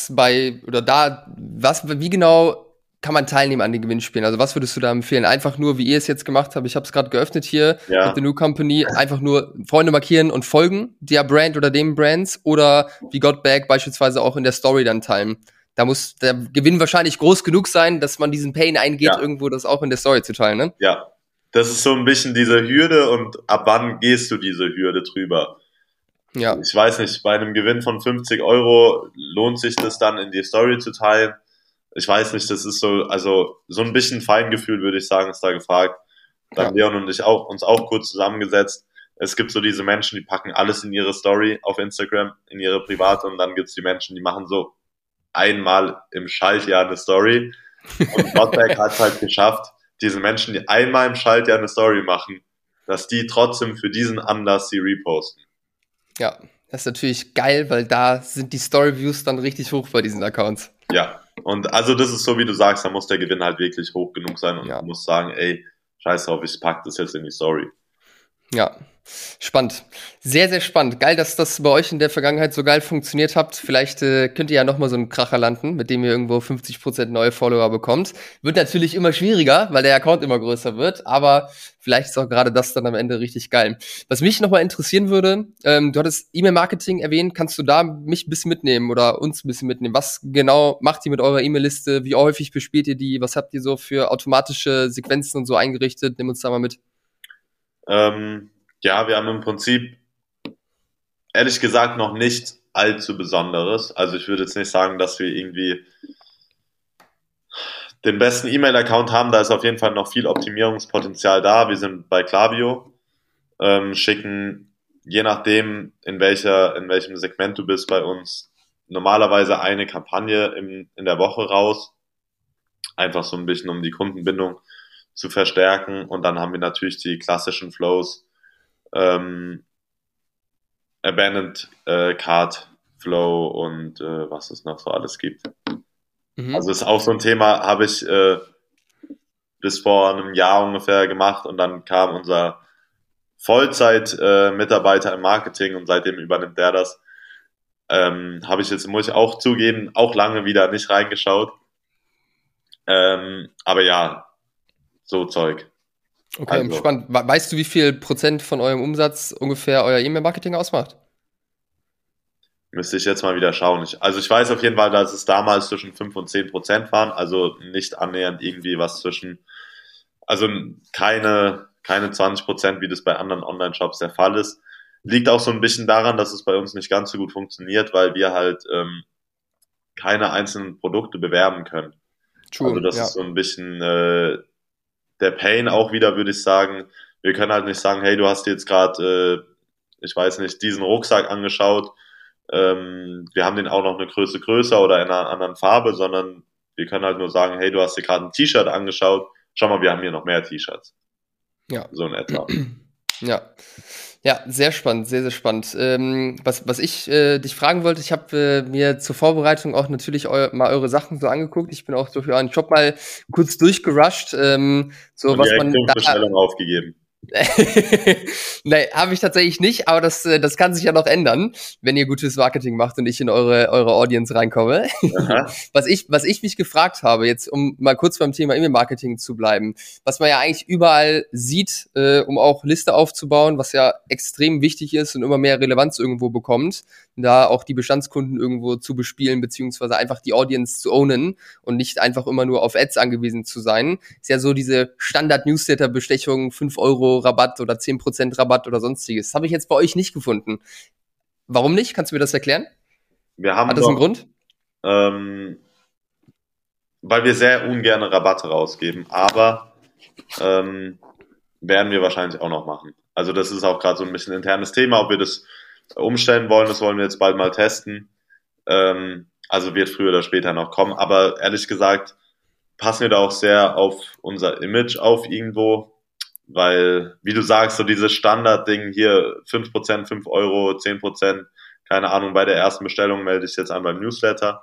B: wie genau kann man teilnehmen an den Gewinnspielen? Also was würdest du da empfehlen? Einfach nur, wie ihr es jetzt gemacht habt, ich habe es gerade geöffnet hier mit
A: ja,
B: der New Company, einfach nur Freunde markieren und folgen der Brand oder dem Brands oder wie Got Back beispielsweise auch in der Story dann teilen. Da muss der Gewinn wahrscheinlich groß genug sein, dass man diesen Pain eingeht,
A: ja,
B: irgendwo das auch in der Story zu teilen, ne?
A: ja. Das ist so ein bisschen diese Hürde und ab wann gehst du diese Hürde drüber?
B: Ja,
A: Ich weiß nicht, bei einem Gewinn von 50 Euro lohnt sich das dann in die Story zu teilen. Ich weiß nicht, das ist so, also so ein bisschen Feingefühl, würde ich sagen, ist da gefragt. Da haben
B: ja,
A: Leon und ich uns auch kurz zusammengesetzt. Es gibt so diese Menschen, die packen alles in ihre Story auf Instagram, in ihre private und dann gibt's die Menschen, die machen so einmal im Schaltjahr eine Story Und Rotback hat es halt geschafft, diese Menschen, die einmal im Schaltjahr eine Story machen, dass die trotzdem für diesen Anlass sie reposten.
B: Ja, das ist natürlich geil, weil da sind die Story-Views dann richtig hoch bei diesen Accounts.
A: Ja, und also das ist so, wie du sagst, da muss der Gewinn halt wirklich hoch genug sein und du musst sagen, ey, scheiß drauf, ich pack das jetzt in die Story.
B: Ja, spannend. Sehr, sehr spannend. Geil, dass das bei euch in der Vergangenheit so geil funktioniert habt. Vielleicht könnt ihr ja nochmal so einen Kracher landen, mit dem ihr irgendwo 50% neue Follower bekommt. Wird natürlich immer schwieriger, weil der Account immer größer wird, aber vielleicht ist auch gerade das dann am Ende richtig geil. Was mich nochmal interessieren würde, du hattest E-Mail-Marketing erwähnt, kannst du da mich ein bisschen mitnehmen oder uns ein bisschen mitnehmen? Was genau macht ihr mit eurer E-Mail-Liste? Wie häufig bespielt ihr die? Was habt ihr so für automatische Sequenzen und so eingerichtet? Nimm uns da mal mit.
A: Ja, wir haben im Prinzip, ehrlich gesagt, noch nicht allzu Besonderes. Also ich würde jetzt nicht sagen, dass wir irgendwie den besten E-Mail-Account haben. Da ist auf jeden Fall noch viel Optimierungspotenzial da. Wir sind bei Klaviyo, schicken, je nachdem, in welchem Segment du bist bei uns, normalerweise eine Kampagne in der Woche raus. Einfach so ein bisschen, um die Kundenbindung zu verstärken. Und dann haben wir natürlich die klassischen Flows, Abandoned Cart Flow und was es noch so alles gibt. Also ist auch so ein Thema, habe ich bis vor einem Jahr ungefähr gemacht und dann kam unser Vollzeit-Mitarbeiter im Marketing und seitdem übernimmt der das. Habe ich jetzt, muss ich auch zugeben, auch lange wieder nicht reingeschaut. Aber ja, so Zeug.
B: Okay, also spannend. Weißt du, wie viel Prozent von eurem Umsatz ungefähr euer E-Mail-Marketing ausmacht?
A: Müsste ich jetzt mal wieder schauen. Ich weiß auf jeden Fall, dass es damals zwischen 5 und 10% waren, also nicht annähernd irgendwie was zwischen, also keine 20%, wie das bei anderen Online-Shops der Fall ist. Liegt auch so ein bisschen daran, dass es bei uns nicht ganz so gut funktioniert, weil wir halt keine einzelnen Produkte bewerben können. True, also das ist so ein bisschen der Pain auch wieder, würde ich sagen. Wir können halt nicht sagen, hey, du hast jetzt gerade, ich weiß nicht, diesen Rucksack angeschaut, wir haben den auch noch eine Größe größer oder in einer anderen Farbe, sondern wir können halt nur sagen, hey, du hast dir gerade ein T-Shirt angeschaut, schau mal, wir haben hier noch mehr T-Shirts.
B: Ja.
A: So in etwa.
B: Ja, sehr spannend, sehr, sehr spannend. Was ich dich fragen wollte, ich habe mir zur Vorbereitung auch natürlich mal eure Sachen so angeguckt. Ich bin auch durch euren Shop mal kurz durchgerusht. So und was man da
A: Bestellung aufgegeben.
B: Nee, habe ich tatsächlich nicht, aber das kann sich ja noch ändern, wenn ihr gutes Marketing macht und ich in eure Audience reinkomme. Was ich mich gefragt habe, jetzt um mal kurz beim Thema E-Mail-Marketing zu bleiben, was man ja eigentlich überall sieht, um auch Liste aufzubauen, was ja extrem wichtig ist und immer mehr Relevanz irgendwo bekommt, da auch die Bestandskunden irgendwo zu bespielen, beziehungsweise einfach die Audience zu ownen und nicht einfach immer nur auf Ads angewiesen zu sein. Ist ja so diese Standard-Newsletter-Bestechung, 5 Euro Rabatt oder 10% Rabatt oder sonstiges. Habe ich jetzt bei euch nicht gefunden. Warum nicht? Kannst du mir das erklären?
A: Hat das einen Grund? Weil wir sehr ungern Rabatte rausgeben, aber werden wir wahrscheinlich auch noch machen. Also das ist auch gerade so ein bisschen internes Thema, ob wir das umstellen wollen, das wollen wir jetzt bald mal testen. Also wird früher oder später noch kommen, aber ehrlich gesagt passen wir da auch sehr auf unser Image auf irgendwo, weil, wie du sagst, so dieses Standardding hier 5%, 5 Euro, 10%, keine Ahnung, bei der ersten Bestellung melde ich jetzt an beim Newsletter.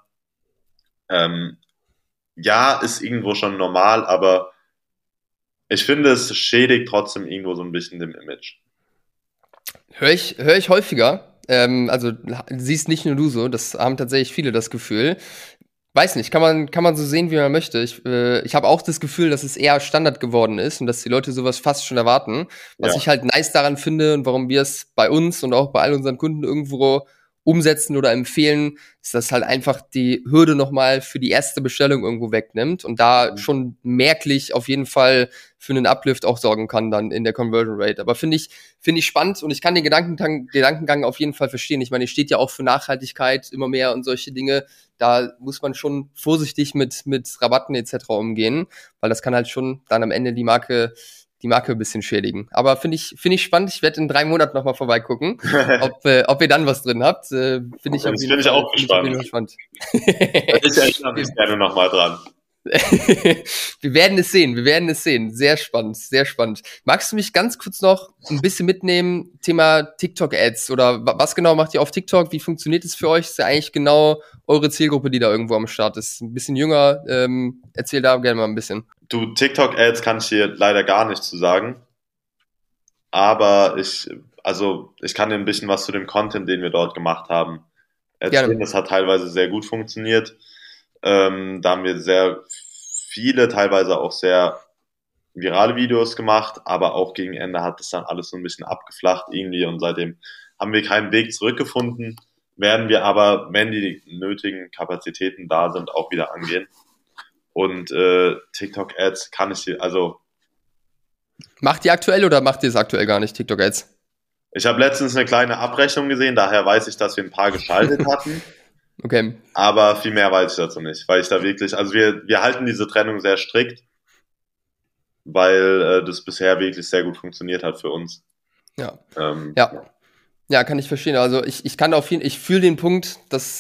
A: Ja, ist irgendwo schon normal, aber ich finde, es schädigt trotzdem irgendwo so ein bisschen dem Image.
B: Hör ich häufiger. Also siehst nicht nur du so, das haben tatsächlich viele das Gefühl. Weiß nicht, kann man so sehen, wie man möchte. Ich habe auch das Gefühl, dass es eher Standard geworden ist und dass die Leute sowas fast schon erwarten. Was ich halt nice daran finde und warum wir es bei uns und auch bei all unseren Kunden irgendwo umsetzen oder empfehlen, ist, dass halt einfach die Hürde nochmal für die erste Bestellung irgendwo wegnimmt und da schon merklich auf jeden Fall für einen Uplift auch sorgen kann dann in der Conversion Rate. Aber finde ich spannend und ich kann den Gedankengang auf jeden Fall verstehen. Ich meine, ihr steht ja auch für Nachhaltigkeit immer mehr und solche Dinge. Da muss man schon vorsichtig mit Rabatten etc. umgehen, weil das kann halt schon dann am Ende die Marke ein bisschen schädigen. Aber finde ich spannend. Ich werde in 3 Monaten nochmal vorbeigucken, ob ihr dann was drin habt. Finde ich
A: auch gespannt. Ich erinnere mich gerne nochmal dran.
B: Wir werden es sehen, wir werden es sehen. Sehr spannend, sehr spannend. Magst du mich ganz kurz noch ein bisschen mitnehmen, Thema TikTok-Ads oder was genau macht ihr auf TikTok? Wie funktioniert es für euch? Ist ja eigentlich genau eure Zielgruppe, die da irgendwo am Start ist. Ein bisschen jünger, erzähl da gerne mal ein bisschen.
A: Du, TikTok-Ads kann ich dir leider gar nichts zu sagen, aber ich kann dir ein bisschen was zu dem Content, den wir dort gemacht haben, erzählen.
B: Gerne.
A: Das hat teilweise sehr gut funktioniert. Da haben wir sehr viele, teilweise auch sehr virale Videos gemacht, aber auch gegen Ende hat das dann alles so ein bisschen abgeflacht irgendwie und seitdem haben wir keinen Weg zurückgefunden, werden wir aber, wenn die nötigen Kapazitäten da sind, auch wieder angehen. Und TikTok-Ads kann ich dir, also
B: Macht ihr aktuell oder macht ihr es aktuell gar nicht, TikTok-Ads?
A: ich habe letztens eine kleine Abrechnung gesehen, daher weiß ich, dass wir ein paar geschaltet hatten.
B: Okay.
A: Aber viel mehr weiß ich dazu nicht, weil ich da wirklich, also wir halten diese Trennung sehr strikt, weil das bisher wirklich sehr gut funktioniert hat für uns.
B: Ja.
A: Ähm,
B: Ja. Ja, kann ich verstehen. Also ich kann auf jeden ich fühle den Punkt,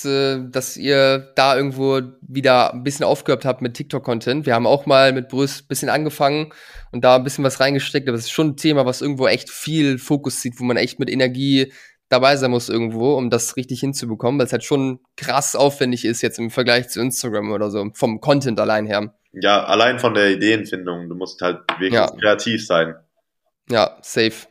B: dass ihr da irgendwo wieder ein bisschen aufgehört habt mit TikTok-Content. Wir haben auch mal mit Brüss ein bisschen angefangen und da ein bisschen was reingesteckt, aber es ist schon ein Thema, was irgendwo echt viel Fokus zieht, wo man echt mit Energie dabei sein muss irgendwo, um das richtig hinzubekommen, weil es halt schon krass aufwendig ist jetzt im Vergleich zu Instagram oder so, vom Content allein her.
A: ja, allein von der Ideenfindung, du musst halt wirklich
B: Ja,
A: kreativ sein.
B: ja, safe.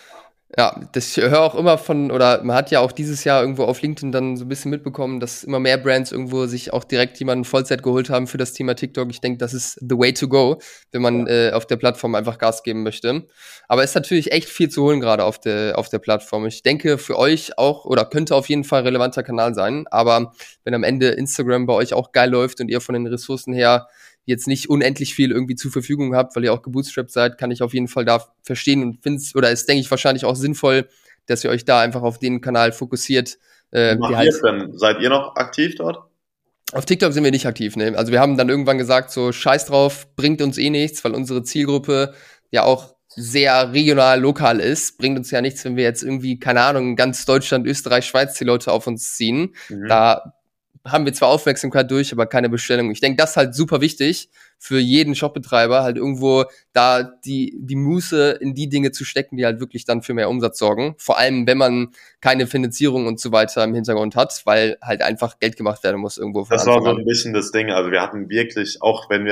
B: Ja, das ich höre auch immer von, oder man hat ja auch dieses Jahr irgendwo auf LinkedIn dann so ein bisschen mitbekommen, dass immer mehr Brands irgendwo sich auch direkt jemanden Vollzeit geholt haben für das Thema TikTok. Ich denke, das ist the way to go, wenn man auf der Plattform einfach Gas geben möchte. Aber es ist natürlich echt viel zu holen gerade auf der Plattform. Ich denke, für euch auch, oder könnte auf jeden Fall ein relevanter Kanal sein. Aber wenn am Ende Instagram bei euch auch geil läuft und ihr von den Ressourcen her jetzt nicht unendlich viel irgendwie zur Verfügung habt, weil ihr auch gebootstrapped seid, kann ich auf jeden Fall da verstehen und finde es, oder ist, denke ich, wahrscheinlich auch sinnvoll, dass ihr euch da einfach auf den Kanal fokussiert.
A: Wie
B: Die
A: macht ihr
B: halt
A: es denn? Seid ihr noch aktiv dort?
B: auf TikTok sind wir nicht aktiv, ne? Also wir haben dann irgendwann gesagt, so scheiß drauf, bringt uns eh nichts, weil unsere Zielgruppe ja auch sehr regional, lokal ist. Bringt uns ja nichts, wenn wir jetzt irgendwie, keine Ahnung, ganz Deutschland, Österreich, Schweiz die Leute auf uns ziehen.
A: Mhm.
B: Da haben wir zwar Aufmerksamkeit durch, aber keine Bestellung. Ich denke, das ist halt super wichtig für jeden Shopbetreiber, halt irgendwo da die Muße in die Dinge zu stecken, die halt wirklich dann für mehr Umsatz sorgen. Vor allem, wenn man keine Finanzierung und so weiter im Hintergrund hat, weil halt einfach Geld gemacht werden muss irgendwo von
A: Das war
B: Anfang
A: so
B: an.
A: ein bisschen das Ding. Also wir hatten wirklich, auch wenn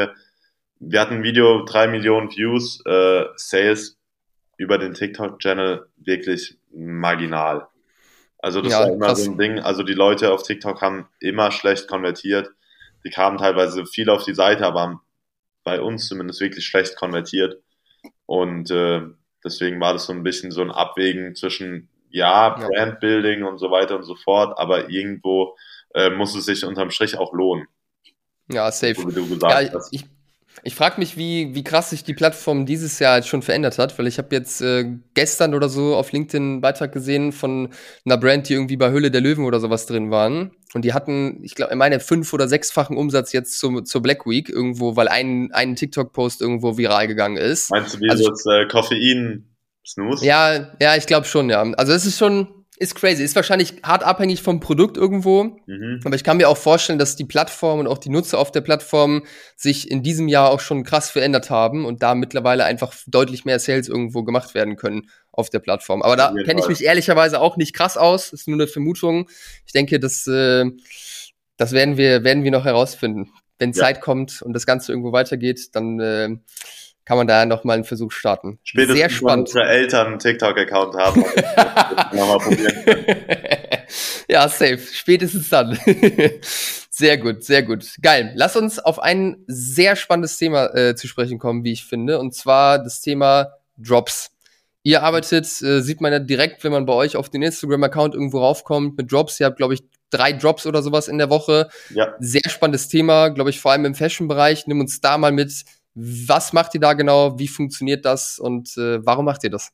A: wir hatten ein Video, 3 Millionen Views, Sales über den TikTok-Channel wirklich marginal. Also das war
B: Ja,
A: immer so
B: krass.
A: ein Ding. Also die Leute auf TikTok haben immer schlecht konvertiert. Die kamen teilweise viel auf die Seite, aber haben bei uns zumindest wirklich schlecht konvertiert. Und deswegen war das so ein bisschen so ein Abwägen zwischen, ja,
B: Ja,
A: Brandbuilding und so weiter und so fort, aber irgendwo muss es sich unterm Strich auch lohnen,
B: ja, safe.
A: so wie du
B: Ja,
A: gesagt hast.
B: ich frage mich, wie krass sich die Plattform dieses Jahr jetzt schon verändert hat, weil ich habe jetzt gestern oder so auf LinkedIn einen Beitrag gesehen von einer Brand, die irgendwie bei Höhle der Löwen oder sowas drin waren. Und die hatten, ich glaube, ich meine, 5- oder 6-fachen Umsatz jetzt zur Black Week irgendwo, weil ein TikTok-Post irgendwo viral gegangen ist.
A: Meinst du
B: Also
A: dieses Koffein-Snooze?
B: ja, ich glaube schon, ja. Also es ist schon, ist crazy. Ist wahrscheinlich hart abhängig vom Produkt irgendwo.
A: Mhm.
B: Aber ich kann mir auch vorstellen, dass die Plattform und auch die Nutzer auf der Plattform sich in diesem Jahr auch schon krass verändert haben und da mittlerweile einfach deutlich mehr Sales irgendwo gemacht werden können auf der Plattform. Aber
A: Auf
B: da
A: jeden
B: kenne ich
A: Fall.
B: mich ehrlicherweise auch nicht krass aus. Ist nur eine Vermutung. Ich denke, das werden wir noch herausfinden. Wenn
A: Ja.
B: Zeit kommt und das Ganze irgendwo weitergeht, dann kann man da noch mal einen Versuch starten. Sehr
A: Spätestens, wenn
B: spannend.
A: unsere Eltern einen TikTok-Account haben, nochmal probieren können.
B: Ja, safe. Spätestens dann. Sehr gut, sehr gut. Geil. Lass uns auf ein sehr spannendes Thema zu sprechen kommen, wie ich finde. Und zwar das Thema Drops. Ihr arbeitet, sieht man ja direkt, wenn man bei euch auf den Instagram-Account irgendwo raufkommt, mit Drops. Ihr habt, glaube ich, 3 Drops oder sowas in der Woche.
A: Ja,
B: Sehr spannendes Thema, glaube ich, vor allem im Fashion-Bereich. Nimm uns da mal mit. Was macht ihr da genau? Wie funktioniert das? Und warum macht ihr das?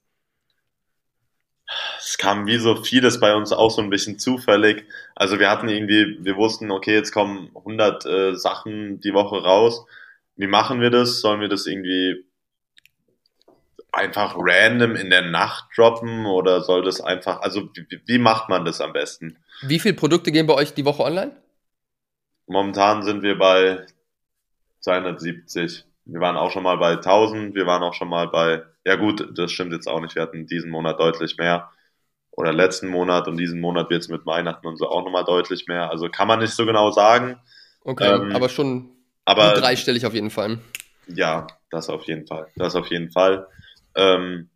A: es kam wie so vieles bei uns auch so ein bisschen zufällig. Also wir hatten irgendwie, wir wussten, okay, jetzt kommen 100 Sachen die Woche raus. Wie machen wir das? Sollen wir das irgendwie einfach random in der Nacht droppen oder soll das einfach, also wie macht man das am besten?
B: Wie viele Produkte gehen bei euch die Woche online?
A: Momentan sind wir bei 270. Wir waren auch schon mal bei 1000, wir waren auch schon mal bei, ja gut, das stimmt jetzt auch nicht, wir hatten diesen Monat deutlich mehr oder letzten Monat und diesen Monat wird es mit Weihnachten und so auch nochmal deutlich mehr. Also kann man nicht so genau sagen,
B: Okay, aber schon gut
A: aber
B: dreistellig auf jeden Fall.
A: ja, das auf jeden Fall, das auf jeden Fall. Ähm,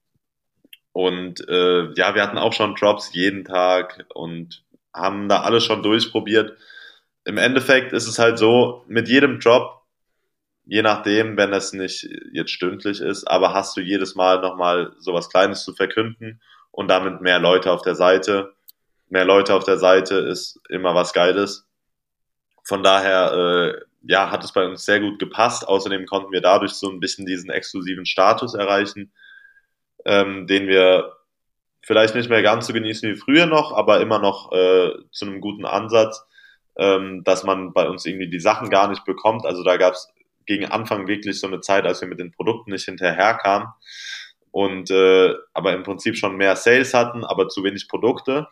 A: ja, wir hatten auch schon Drops jeden Tag und haben da alles schon durchprobiert. Im Endeffekt ist es halt so, mit jedem Drop, je nachdem, wenn es nicht jetzt stündlich ist, aber hast du jedes Mal nochmal sowas Kleines zu verkünden und damit mehr Leute auf der Seite. Mehr Leute auf der Seite ist immer was Geiles. Von daher, ja, hat es bei uns sehr gut gepasst. Außerdem konnten wir dadurch so ein bisschen diesen exklusiven Status erreichen, den wir vielleicht nicht mehr ganz so genießen wie früher noch, aber immer noch zu einem guten Ansatz, dass man bei uns irgendwie die Sachen gar nicht bekommt. Also da gab es gegen Anfang wirklich so eine Zeit, als wir mit den Produkten nicht hinterherkamen und aber im Prinzip schon mehr Sales hatten, aber zu wenig Produkte,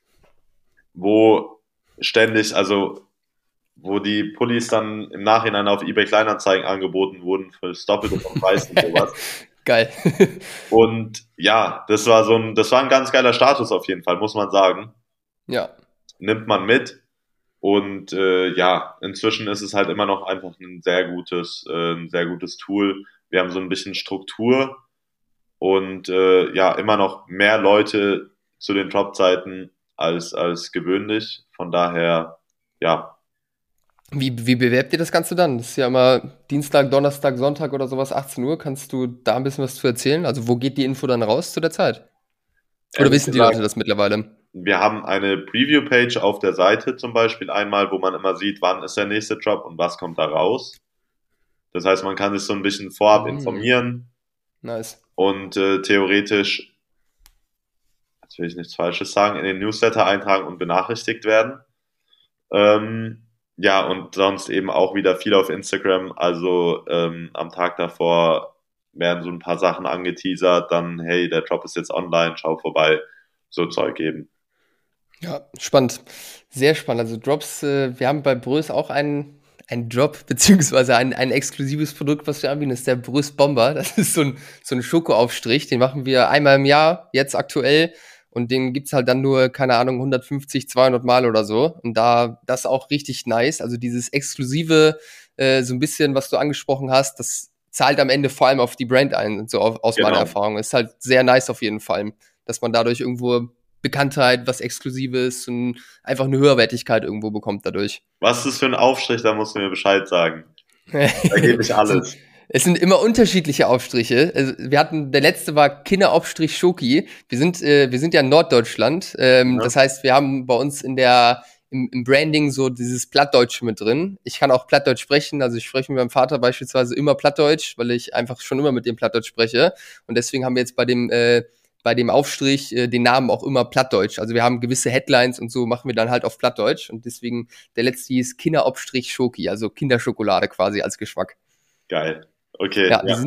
A: wo ständig, also wo die Pullis dann im Nachhinein auf eBay Kleinanzeigen angeboten wurden für das Doppelte vom Preis und sowas.
B: Geil.
A: Und ja, das war ein ganz geiler Status auf jeden Fall, muss man sagen.
B: Ja.
A: Nimmt man mit. Und ja, inzwischen ist es halt immer noch einfach ein sehr gutes Tool. Wir haben so ein bisschen Struktur und ja, immer noch mehr Leute zu den Top-Zeiten als gewöhnlich. Von daher, ja,
B: Wie bewerbt ihr das Ganze dann? Das ist ja immer Dienstag, Donnerstag, Sonntag oder sowas, 18 Uhr. Kannst du da ein bisschen was zu erzählen? Also, wo geht die Info dann raus zu der Zeit? Oder
A: ehrlich
B: wissen die Leute
A: gesagt,
B: das mittlerweile?
A: wir haben eine Preview-Page auf der Seite zum Beispiel einmal, wo man immer sieht, wann ist der nächste Drop und was kommt da raus. Das heißt, man kann sich so ein bisschen vorab
B: Hm,
A: informieren
B: nice.
A: und theoretisch, jetzt will ich nichts Falsches sagen, in den Newsletter eintragen und benachrichtigt werden. Ähm, ja, und sonst eben auch wieder viel auf Instagram. Also am Tag davor werden so ein paar Sachen angeteasert, dann, hey, der Drop ist jetzt online, schau vorbei, so Zeug eben.
B: Ja, spannend. Sehr spannend. Also Drops, wir haben bei Brös auch einen Drop, beziehungsweise ein exklusives Produkt, was wir anbieten, das ist der Brös Bomber. Das ist so ein Schokoaufstrich, den machen wir einmal im Jahr, jetzt aktuell. Und den gibt's halt dann nur, keine Ahnung, 150, 200 Mal oder so. Und da, das ist auch richtig nice. Also dieses exklusive, so ein bisschen, was du angesprochen hast, das zahlt am Ende vor allem auf die Brand ein, so aus meiner
A: Genau.
B: Erfahrung. Ist halt sehr nice auf jeden Fall, dass man dadurch irgendwo Bekanntheit, was Exklusives und einfach eine Höherwertigkeit irgendwo bekommt dadurch.
A: Was ist das für ein Aufstrich, da musst du mir Bescheid sagen. Da gebe ich
B: es, sind,
A: alles.
B: es sind immer unterschiedliche Aufstriche. Also wir hatten, der letzte war Kinderaufstrich Schoki. Wir sind ja in Norddeutschland.
A: Ja,
B: Das heißt, wir haben bei uns im Branding so dieses Plattdeutsche mit drin. Ich kann auch Plattdeutsch sprechen, also ich spreche mit meinem Vater beispielsweise immer Plattdeutsch, weil ich einfach schon immer mit dem Plattdeutsch spreche. Und deswegen haben wir jetzt bei dem Aufstrich den Namen auch immer Plattdeutsch. Also wir haben gewisse Headlines und so machen wir dann halt auf Plattdeutsch. Und deswegen der letzte hieß Kinderaufstrich Schoki, also Kinderschokolade quasi als Geschmack.
A: geil. Okay,
B: Ja,
A: ja.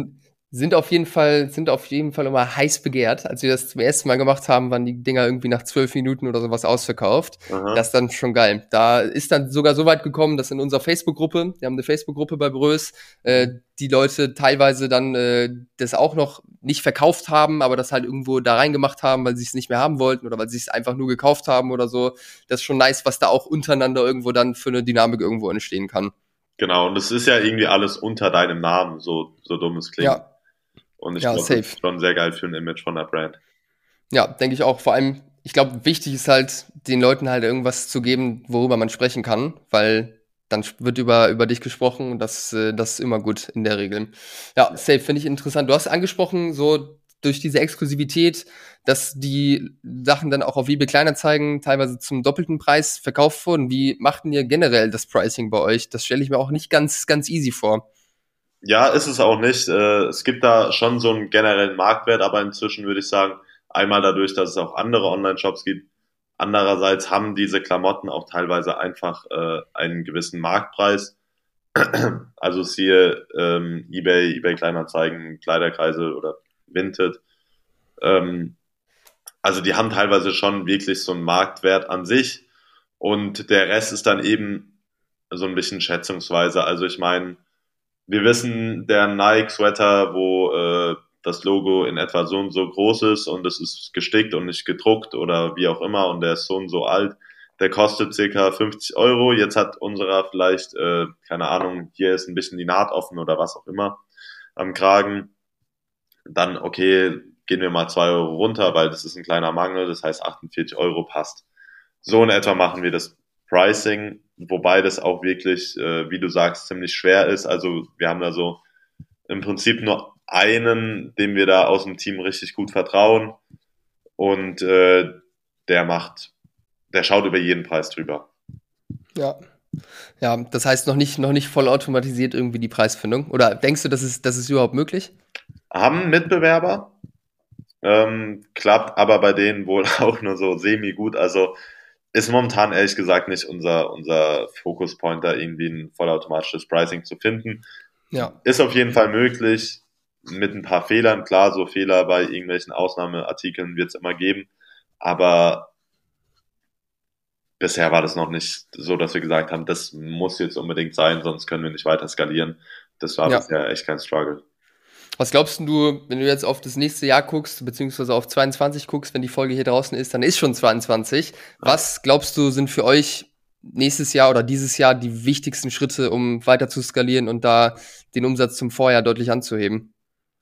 B: sind auf jeden Fall immer heiß begehrt. Als wir das zum ersten Mal gemacht haben, waren die Dinger irgendwie nach 12 Minuten oder sowas ausverkauft. Das
A: Aha.
B: ist dann schon geil. Da ist dann sogar so weit gekommen, dass in unserer Facebook-Gruppe, wir haben eine Facebook-Gruppe bei Brös,
A: Mhm.
B: die Leute teilweise dann das auch noch nicht verkauft haben, aber das halt irgendwo da reingemacht haben, weil sie es nicht mehr haben wollten oder weil sie es einfach nur gekauft haben oder so. Das ist schon nice, was da auch untereinander irgendwo dann für eine Dynamik irgendwo entstehen kann.
A: Genau, und es ist ja irgendwie alles unter deinem Namen, so dumm es klingt.
B: Ja,
A: Und ich
B: ja,
A: glaube, das
B: safe.
A: ist schon sehr geil für ein Image von der Brand.
B: Ja, denke ich auch. Vor allem, ich glaube, wichtig ist halt, den Leuten halt irgendwas zu geben, worüber man sprechen kann, weil dann wird über dich gesprochen und das ist immer gut in der Regel. Ja, safe, finde ich interessant. Du hast angesprochen, so durch diese Exklusivität, dass die Sachen dann auch auf eBay Kleinanzeigen teilweise zum doppelten Preis verkauft wurden. Wie macht denn ihr generell das Pricing bei euch? Das stelle ich mir auch nicht ganz easy vor.
A: Ja, ist es auch nicht. Es gibt da schon so einen generellen Marktwert, aber inzwischen würde ich sagen, einmal dadurch, dass es auch andere Online-Shops gibt. Andererseits haben diese Klamotten auch teilweise einfach einen gewissen Marktpreis. Also siehe eBay Kleinanzeigen, Kleiderkreise oder Vinted. Ähm, also die haben teilweise schon wirklich so einen Marktwert an sich und der Rest ist dann eben so ein bisschen schätzungsweise. Also ich meine, wir wissen, der Nike-Sweater, wo das Logo in etwa so und so groß ist und es ist gestickt und nicht gedruckt oder wie auch immer und der ist so und so alt, der kostet circa 50 Euro. Jetzt hat unserer vielleicht, keine Ahnung, hier ist ein bisschen die Naht offen oder was auch immer am Kragen. Dann, okay, gehen wir mal 2 Euro runter, weil das ist ein kleiner Mangel, das heißt 48 Euro passt. So in etwa machen wir das Pricing, wobei das auch wirklich, wie du sagst, ziemlich schwer ist. Also wir haben da so im Prinzip nur einen, dem wir da aus dem Team richtig gut vertrauen und der macht, der schaut über jeden Preis drüber.
B: Ja. Ja, das heißt noch nicht voll automatisiert irgendwie die Preisfindung. Oder denkst du, das ist überhaupt möglich?
A: Haben Mitbewerber, klappt aber bei denen wohl auch nur so semi-gut. Also ist momentan ehrlich gesagt nicht unser Fokuspoint, da irgendwie ein vollautomatisches Pricing zu finden.
B: Ja.
A: Ist auf jeden Fall möglich, mit ein paar Fehlern. Klar, so Fehler bei irgendwelchen Ausnahmeartikeln wird es immer geben, aber bisher war das noch nicht so, dass wir gesagt haben, das muss jetzt unbedingt sein, sonst können wir nicht weiter skalieren. Das war
B: Ja.
A: bisher echt kein Struggle.
B: Was glaubst du, wenn du jetzt auf das nächste Jahr guckst, beziehungsweise auf 22 guckst, wenn die Folge hier draußen ist, dann ist schon 22. Was glaubst du, sind für euch nächstes Jahr oder dieses Jahr die wichtigsten Schritte, um weiter zu skalieren und da den Umsatz zum Vorjahr deutlich anzuheben?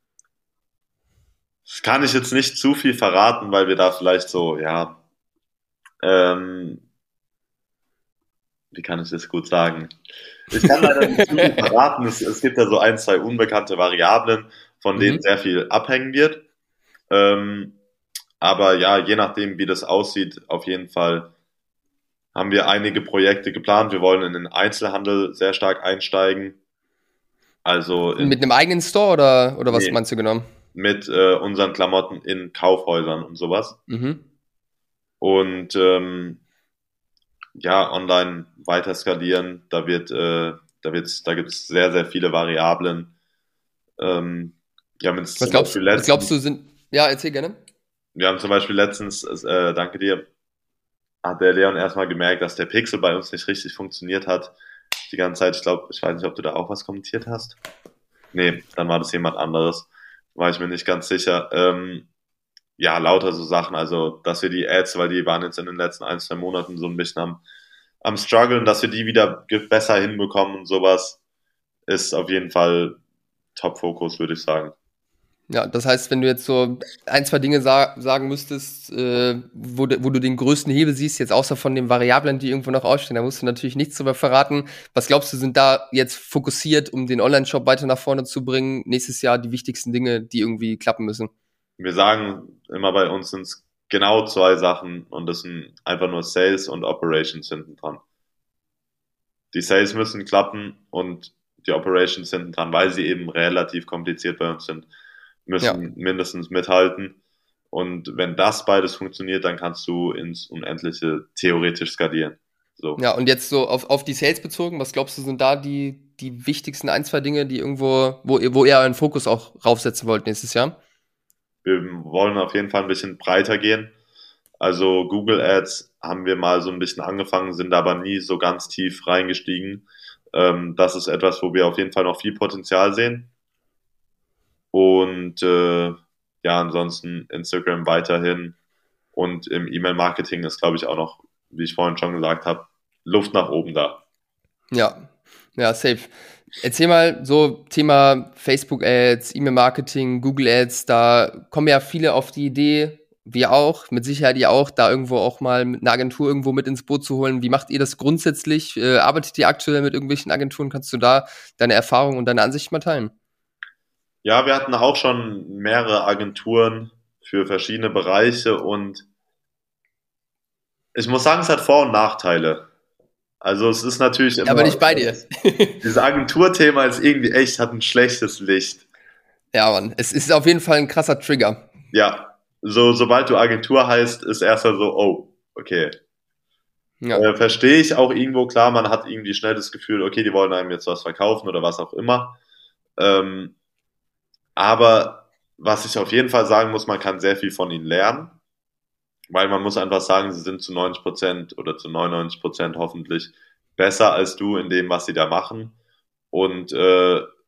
A: Das kann ich jetzt nicht zu viel verraten, weil wir da vielleicht so, ja, ähm, wie kann ich das gut sagen? Ich kann leider nicht zu viel verraten. Es gibt ja so ein, zwei unbekannte Variablen, von denen
B: Mhm.
A: sehr viel abhängen wird. Ähm, aber ja, je nachdem, wie das aussieht, auf jeden Fall haben wir einige Projekte geplant. Wir wollen in den Einzelhandel sehr stark einsteigen. Also
B: Mit einem eigenen Store oder was
A: nee,
B: meinst du genau?
A: mit unseren Klamotten in Kaufhäusern und sowas.
B: Mhm.
A: Und ja, online weiter skalieren. Da gibt es sehr, sehr viele Variablen. Ähm, wir haben jetzt zum Beispiel
B: Was glaubst
A: letztens,
B: du sind, ja, erzähl gerne.
A: wir haben zum Beispiel letztens, danke dir, hat der Leon erstmal gemerkt, dass der Pixel bei uns nicht richtig funktioniert hat. Die ganze Zeit, ich glaube, ich weiß nicht, ob du da auch was kommentiert hast. Nee, dann war das jemand anderes. War ich mir nicht ganz sicher. Ja, lauter so Sachen. Also, dass wir die Ads, weil die waren jetzt in den letzten 1, 2 Monaten so ein bisschen am struggeln, dass wir die wieder besser hinbekommen und sowas, ist auf jeden Fall Top-Fokus, würde ich sagen.
B: Ja, das heißt, wenn du jetzt so ein, zwei Dinge sagen müsstest, wo du den größten Hebel siehst, jetzt außer von den Variablen, die irgendwo noch ausstehen, da musst du natürlich nichts drüber verraten. Was glaubst du, sind da jetzt fokussiert, um den Online-Shop weiter nach vorne zu bringen? Nächstes Jahr die wichtigsten Dinge, die irgendwie klappen müssen?
A: Wir sagen immer bei uns sind es genau 2 Sachen und das sind einfach nur Sales und Operations hinten dran. Die Sales müssen klappen und die Operations hinten dran, weil sie eben relativ kompliziert bei uns sind,
B: Ja.
A: müssen mindestens mithalten. Und wenn das beides funktioniert, dann kannst du ins Unendliche theoretisch skalieren. So.
B: Ja, und jetzt so auf die Sales bezogen, was glaubst du, sind da die wichtigsten ein, zwei Dinge, die irgendwo, wo ihr euren Fokus auch raufsetzen wollt nächstes Jahr?
A: Wir wollen auf jeden Fall ein bisschen breiter gehen. Also Google Ads haben wir mal so ein bisschen angefangen, sind aber nie so ganz tief reingestiegen. Das ist etwas, wo wir auf jeden Fall noch viel Potenzial sehen. Und ja, ansonsten Instagram weiterhin. Und im E-Mail-Marketing ist, glaube ich, auch noch, wie ich vorhin schon gesagt habe, Luft nach oben da.
B: Ja, ja, safe. Erzähl mal so Thema Facebook-Ads, E-Mail-Marketing, Google-Ads, da kommen ja viele auf die Idee, wir auch, mit Sicherheit ihr auch, da irgendwo auch mal mit einer Agentur irgendwo mit ins Boot zu holen. Wie macht ihr das grundsätzlich? Arbeitet ihr aktuell mit irgendwelchen Agenturen? Kannst du da deine Erfahrungen und deine Ansicht mal teilen?
A: Ja, wir hatten auch schon mehrere Agenturen für verschiedene Bereiche und ich muss sagen, es hat Vor- und Nachteile. Also es ist natürlich
B: Ja, aber
A: immer,
B: nicht bei dir.
A: dieses Agenturthema ist irgendwie echt, hat ein schlechtes Licht.
B: Ja, Mann, es ist auf jeden Fall ein krasser Trigger.
A: Ja, so, sobald du Agentur heißt, ist erstmal so, oh, okay.
B: Ja,
A: Verstehe ich auch irgendwo, klar, man hat irgendwie schnell das Gefühl, okay, die wollen einem jetzt was verkaufen oder was auch immer. Ähm, aber was ich auf jeden Fall sagen muss, man kann sehr viel von ihnen lernen, weil man muss einfach sagen, sie sind zu 90% oder zu 99% hoffentlich besser als du in dem, was sie da machen. Und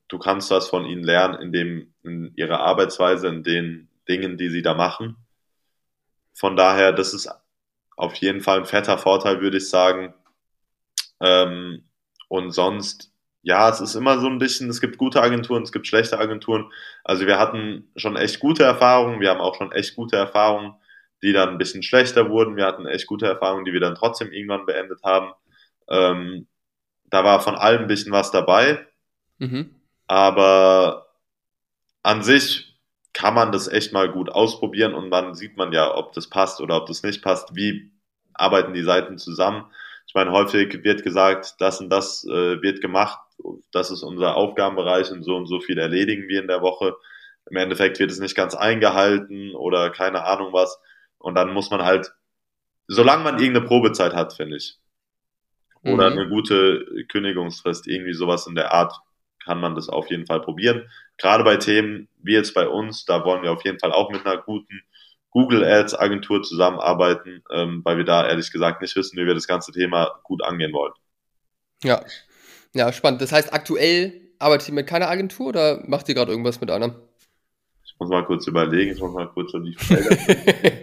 A: du kannst was von ihnen lernen in ihrer Arbeitsweise, in den Dingen, die sie da machen. Von daher, das ist auf jeden Fall ein fetter Vorteil, würde ich sagen. Ähm, und sonst, ja, es ist immer so ein bisschen, es gibt gute Agenturen, es gibt schlechte Agenturen. Also wir hatten schon echt gute Erfahrungen, wir haben auch schon echt gute Erfahrungen, die dann ein bisschen schlechter wurden. Wir hatten echt gute Erfahrungen, die wir dann trotzdem irgendwann beendet haben. Ähm, Da war von allem ein bisschen was dabei,
B: Mhm.
A: aber an sich kann man das echt mal gut ausprobieren und dann sieht man ja, ob das passt oder ob das nicht passt. Wie arbeiten die Seiten zusammen? Ich meine, häufig wird gesagt, das und das wird gemacht, das ist unser Aufgabenbereich und so viel erledigen wir in der Woche. Im Endeffekt wird es nicht ganz eingehalten oder keine Ahnung was. Und dann muss man halt, solange man irgendeine Probezeit hat, finde ich, oder eine
B: Mhm.
A: gute Kündigungsfrist, irgendwie sowas in der Art, kann man das auf jeden Fall probieren. Gerade bei Themen wie jetzt bei uns, da wollen wir auf jeden Fall auch mit einer guten Google Ads Agentur zusammenarbeiten, weil wir da ehrlich gesagt nicht wissen, wie wir das ganze Thema gut angehen wollen.
B: Ja. Ja, spannend. Das heißt, aktuell arbeitet ihr mit keiner Agentur oder macht ihr gerade irgendwas mit einer?
A: Ich muss mal kurz überlegen, ich muss mal kurz so die Felder durchgehen.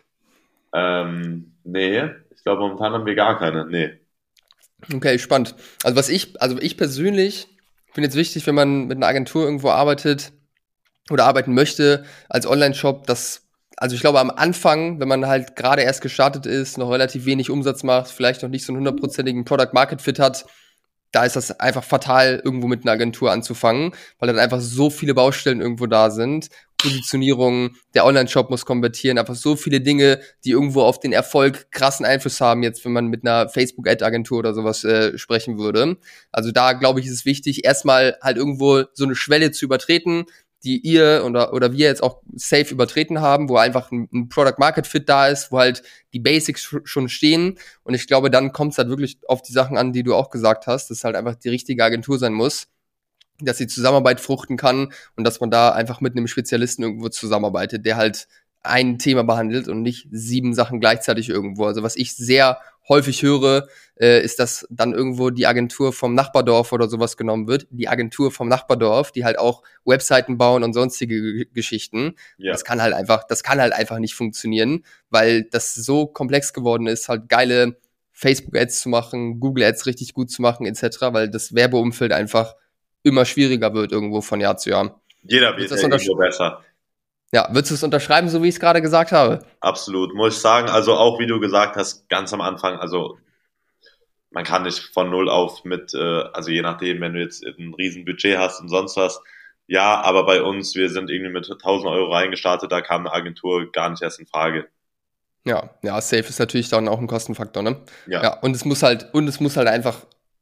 A: Nee, ich glaube momentan haben wir gar keine. Nee.
B: Okay, spannend. Also ich persönlich finde jetzt wichtig, wenn man mit einer Agentur irgendwo arbeitet oder arbeiten möchte als Online-Shop, also ich glaube am Anfang, wenn man halt gerade erst gestartet ist, noch relativ wenig Umsatz macht, vielleicht noch nicht so einen hundertprozentigen Product-Market-Fit hat, da ist das einfach fatal, irgendwo mit einer Agentur anzufangen, weil dann einfach so viele Baustellen irgendwo da sind. Positionierung, der Online-Shop muss konvertieren, einfach so viele Dinge, die irgendwo auf den Erfolg krassen Einfluss haben, jetzt wenn man mit einer Facebook-Ad-Agentur oder sowas sprechen würde. Also da, glaube ich, ist es wichtig, erstmal halt irgendwo so eine Schwelle zu übertreten, die ihr oder wir jetzt auch safe übertreten haben, wo einfach ein Product-Market-Fit da ist, wo halt die Basics schon stehen. Und ich glaube, dann kommt es halt wirklich auf die Sachen an, die du auch gesagt hast, dass es halt einfach die richtige Agentur sein muss, dass die Zusammenarbeit fruchten kann und dass man da einfach mit einem Spezialisten irgendwo zusammenarbeitet, der halt ein Thema behandelt und nicht 7 Sachen gleichzeitig irgendwo. Also was ich sehr häufig höre, ist, dass dann irgendwo die Agentur vom Nachbardorf oder sowas genommen wird. Die Agentur vom Nachbardorf, die halt auch Webseiten bauen und sonstige Geschichten. Und
A: Ja,
B: das kann halt einfach nicht funktionieren, weil das so komplex geworden ist, halt geile Facebook-Ads zu machen, Google-Ads richtig gut zu machen, etc., weil das Werbeumfeld einfach immer schwieriger wird irgendwo von Jahr zu Jahr.
A: jeder
B: Würdest
A: wird
B: du
A: ja
B: das,
A: irgendwo besser.
B: ja, würdest du es unterschreiben, so wie ich es gerade gesagt habe?
A: Absolut, muss ich sagen. Also auch wie du gesagt hast, ganz am Anfang, also man kann nicht von null auf mit, also je nachdem, wenn du jetzt ein riesen Budget hast und sonst was, ja, aber bei uns, wir sind irgendwie mit 1.000 € reingestartet, da kam eine Agentur gar nicht erst in Frage.
B: Ja, ja, safe ist natürlich dann auch ein Kostenfaktor, ne?
A: Ja,
B: Ja, und es muss halt einfach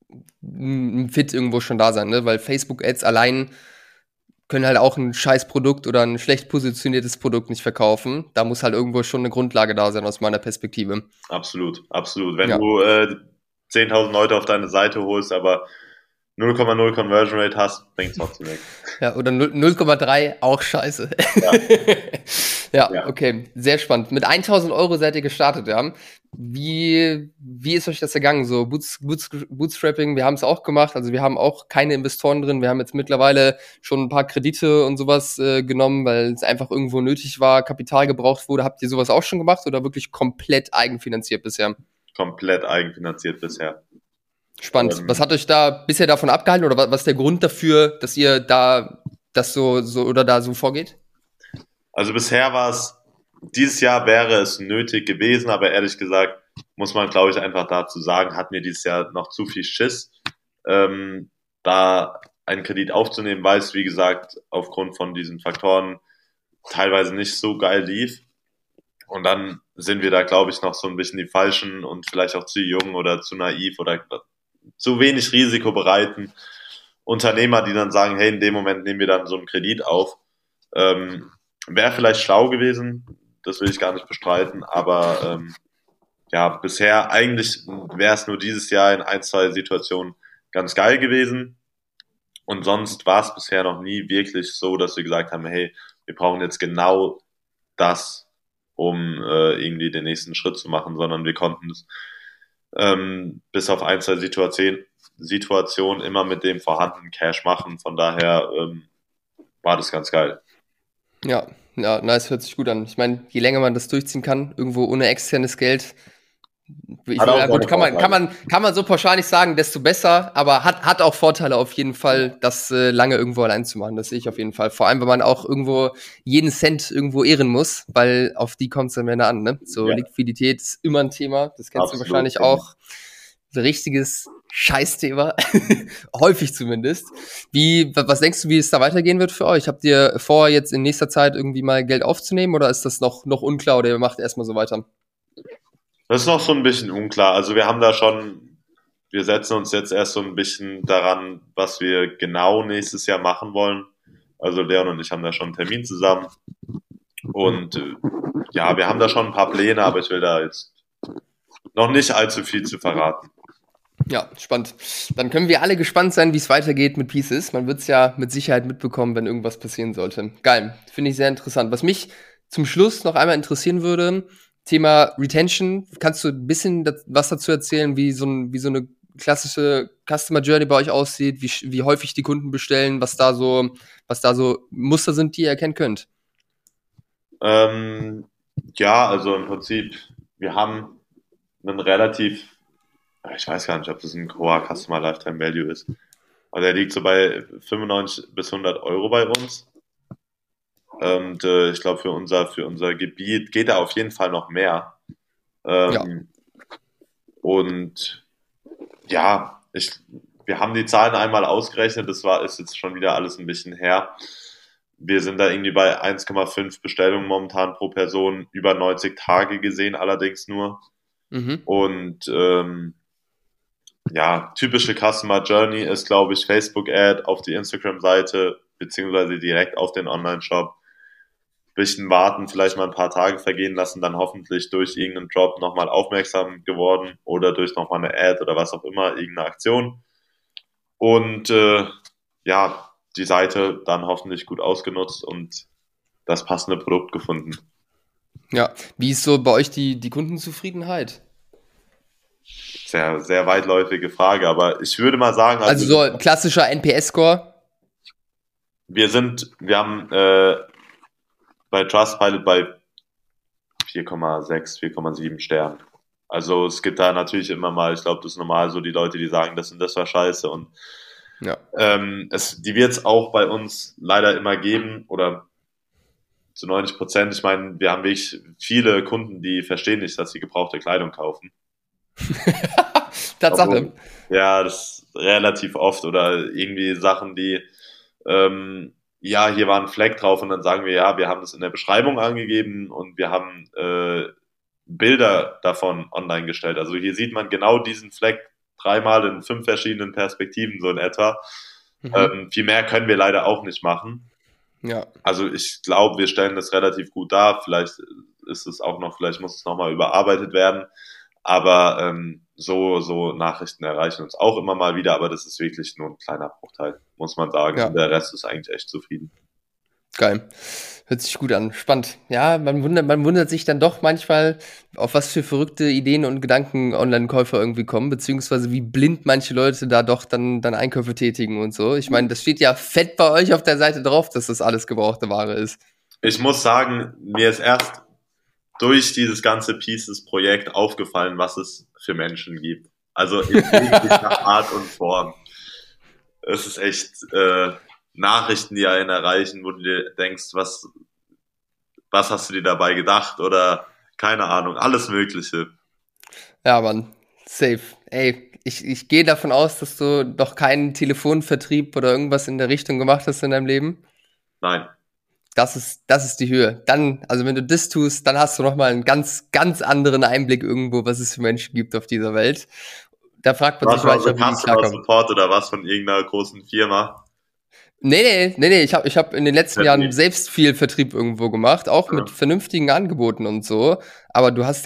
B: ein Fit irgendwo schon da sein, ne? Weil Facebook-Ads allein können halt auch ein scheiß Produkt oder ein schlecht positioniertes Produkt nicht verkaufen. Da muss halt irgendwo schon eine Grundlage da sein, aus meiner Perspektive.
A: absolut, absolut. Wenn
B: Ja.
A: du 10.000 Leute auf deine Seite holst, aber 0,0 Conversion Rate hast, bringt's trotzdem nichts.
B: Ja, oder 0,3, auch scheiße.
A: Ja,
B: Ja,
A: ja.
B: okay, sehr spannend. Mit 1.000 € seid ihr gestartet, ja. Wie ist euch das ergangen? So Bootstrapping, wir haben es auch gemacht, also wir haben auch keine Investoren drin. Wir haben jetzt mittlerweile schon ein paar Kredite und sowas genommen, weil es einfach irgendwo nötig war, Kapital gebraucht wurde. Habt ihr sowas auch schon gemacht oder wirklich komplett eigenfinanziert bisher?
A: Komplett eigenfinanziert bisher.
B: Spannend. Was
A: Ähm,
B: hat euch da bisher davon abgehalten oder was ist der Grund dafür, dass ihr da das so oder da so vorgeht?
A: also bisher war es, dieses Jahr wäre es nötig gewesen, aber ehrlich gesagt muss man, glaube ich, einfach dazu sagen, hat mir dieses Jahr noch zu viel Schiss, da einen Kredit aufzunehmen, weil es, wie gesagt, aufgrund von diesen Faktoren teilweise nicht so geil lief. Und dann sind wir da, glaube ich, noch so ein bisschen die Falschen und vielleicht auch zu jung oder zu naiv oder zu wenig risikobereiten Unternehmer, die dann sagen, hey, in dem Moment nehmen wir dann so einen Kredit auf. Ähm, Wäre vielleicht schlau gewesen, das will ich gar nicht bestreiten, aber ja, bisher eigentlich wäre es nur dieses Jahr in ein, zwei Situationen ganz geil gewesen. Und sonst war es bisher noch nie wirklich so, dass wir gesagt haben, hey, wir brauchen jetzt genau das, um irgendwie den nächsten Schritt zu machen, sondern wir konnten es bis auf ein, zwei Situation immer mit dem vorhandenen Cash machen. Von daher war das ganz geil.
B: Ja, ja, nice, hört sich gut an. Ich meine, je länger man das durchziehen kann, irgendwo ohne externes Geld, ja gut, kann man so pauschal nicht sagen, desto besser, aber hat auch Vorteile auf jeden Fall, das lange irgendwo allein zu machen. Das sehe ich auf jeden Fall. Vor allem, wenn man auch irgendwo jeden Cent irgendwo ehren muss, weil auf die kommt es am Ende an. Ne? So ja. Liquidität ist immer ein Thema. Das kennst du wahrscheinlich auch. Ein richtiges Scheißthema. Häufig zumindest. Was denkst du, wie es da weitergehen wird für euch? Habt ihr vor, jetzt in nächster Zeit irgendwie mal Geld aufzunehmen oder ist das noch unklar oder ihr macht erstmal so weiter?
A: Das ist noch so ein bisschen unklar. Also wir setzen uns jetzt erst so ein bisschen daran, was wir genau nächstes Jahr machen wollen. Also Leon und ich haben da schon einen Termin zusammen. Und ja, wir haben da schon ein paar Pläne, aber ich will da jetzt noch nicht allzu viel zu verraten.
B: Ja, spannend. Dann können wir alle gespannt sein, wie es weitergeht mit Pieces. Man wird es ja mit Sicherheit mitbekommen, wenn irgendwas passieren sollte. Geil, finde ich sehr interessant. Was mich zum Schluss noch einmal interessieren würde, Thema Retention. Kannst du ein bisschen was dazu erzählen, wie so eine klassische Customer Journey bei euch aussieht, wie häufig die Kunden bestellen, was da so Muster sind, die ihr erkennen könnt?
A: Ja, also im Prinzip, wir haben einen relativ, ich weiß gar nicht, ob das ein hoher Customer Lifetime Value ist. Also er liegt so bei 95 bis 100 Euro bei uns. Und ich glaube, für unser Gebiet geht da auf jeden Fall noch mehr.
B: Ja.
A: Und ja, wir haben die Zahlen einmal ausgerechnet, ist jetzt schon wieder alles ein bisschen her. Wir sind da irgendwie bei 1,5 Bestellungen momentan pro Person, über 90 Tage gesehen allerdings nur.
B: Mhm.
A: Und ja, typische Customer Journey ist, glaube ich, Facebook-Ad auf die Instagram-Seite, beziehungsweise direkt auf den Online-Shop. Bisschen warten, vielleicht mal ein paar Tage vergehen lassen, dann hoffentlich durch irgendeinen Drop nochmal aufmerksam geworden oder durch nochmal eine Ad oder was auch immer, irgendeine Aktion. Und ja, die Seite dann hoffentlich gut ausgenutzt und das passende Produkt gefunden.
B: Ja, wie ist so bei euch die Kundenzufriedenheit?
A: Sehr, sehr weitläufige Frage, aber ich würde mal sagen...
B: Also so ein klassischer NPS-Score?
A: Wir haben bei Trustpilot bei 4,6, 4,7 Sternen. Also es gibt da natürlich immer mal, ich glaube, das ist normal so die Leute, die sagen, das war scheiße und
B: ja.
A: Die wird es auch bei uns leider immer geben oder zu 90%. Ich meine, wir haben wirklich viele Kunden, die verstehen nicht, dass sie gebrauchte Kleidung kaufen.
B: Tatsache.
A: Ja, das ist relativ oft oder irgendwie Sachen, die ja, hier war ein Fleck drauf und dann sagen wir, ja, wir haben das in der Beschreibung angegeben und wir haben Bilder davon online gestellt. Also hier sieht man genau diesen Fleck 3-mal in 5 verschiedenen Perspektiven so in etwa.
B: Mhm.
A: Viel mehr können wir leider auch nicht machen.
B: Ja.
A: Also ich glaube, wir stellen das relativ gut dar. Vielleicht muss es nochmal überarbeitet werden. Aber so Nachrichten erreichen uns auch immer mal wieder, aber das ist wirklich nur ein kleiner Bruchteil, muss man sagen. Ja. Der Rest ist eigentlich echt zufrieden.
B: Geil. Hört sich gut an. Spannend. Ja, man wundert sich dann doch manchmal, auf was für verrückte Ideen und Gedanken Online-Käufer irgendwie kommen, beziehungsweise wie blind manche Leute da doch dann Einkäufe tätigen und so. Ich meine, das steht ja fett bei euch auf der Seite drauf, dass das alles gebrauchte Ware ist.
A: Ich muss sagen, mir ist erst durch dieses ganze Pieces-Projekt aufgefallen, was es für Menschen gibt. Also in jeglicher Art und Form. Es ist echt Nachrichten, die einen erreichen, wo du dir denkst, was hast du dir dabei gedacht oder keine Ahnung, alles Mögliche.
B: Ja, Mann, safe. Ey, ich gehe davon aus, dass du doch keinen Telefonvertrieb oder irgendwas in der Richtung gemacht hast in deinem Leben.
A: Nein.
B: Das ist die Höhe. Dann, also wenn du das tust, dann hast du nochmal einen ganz, ganz anderen Einblick irgendwo, was es für Menschen gibt auf dieser Welt. Da fragt man sich manchmal, wie die klarkommen.
A: Support oder was von irgendeiner großen Firma?
B: Nee. Ich hab in den letzten Jahren selbst viel Vertrieb irgendwo gemacht, auch mit vernünftigen Angeboten und so. Aber du hast halt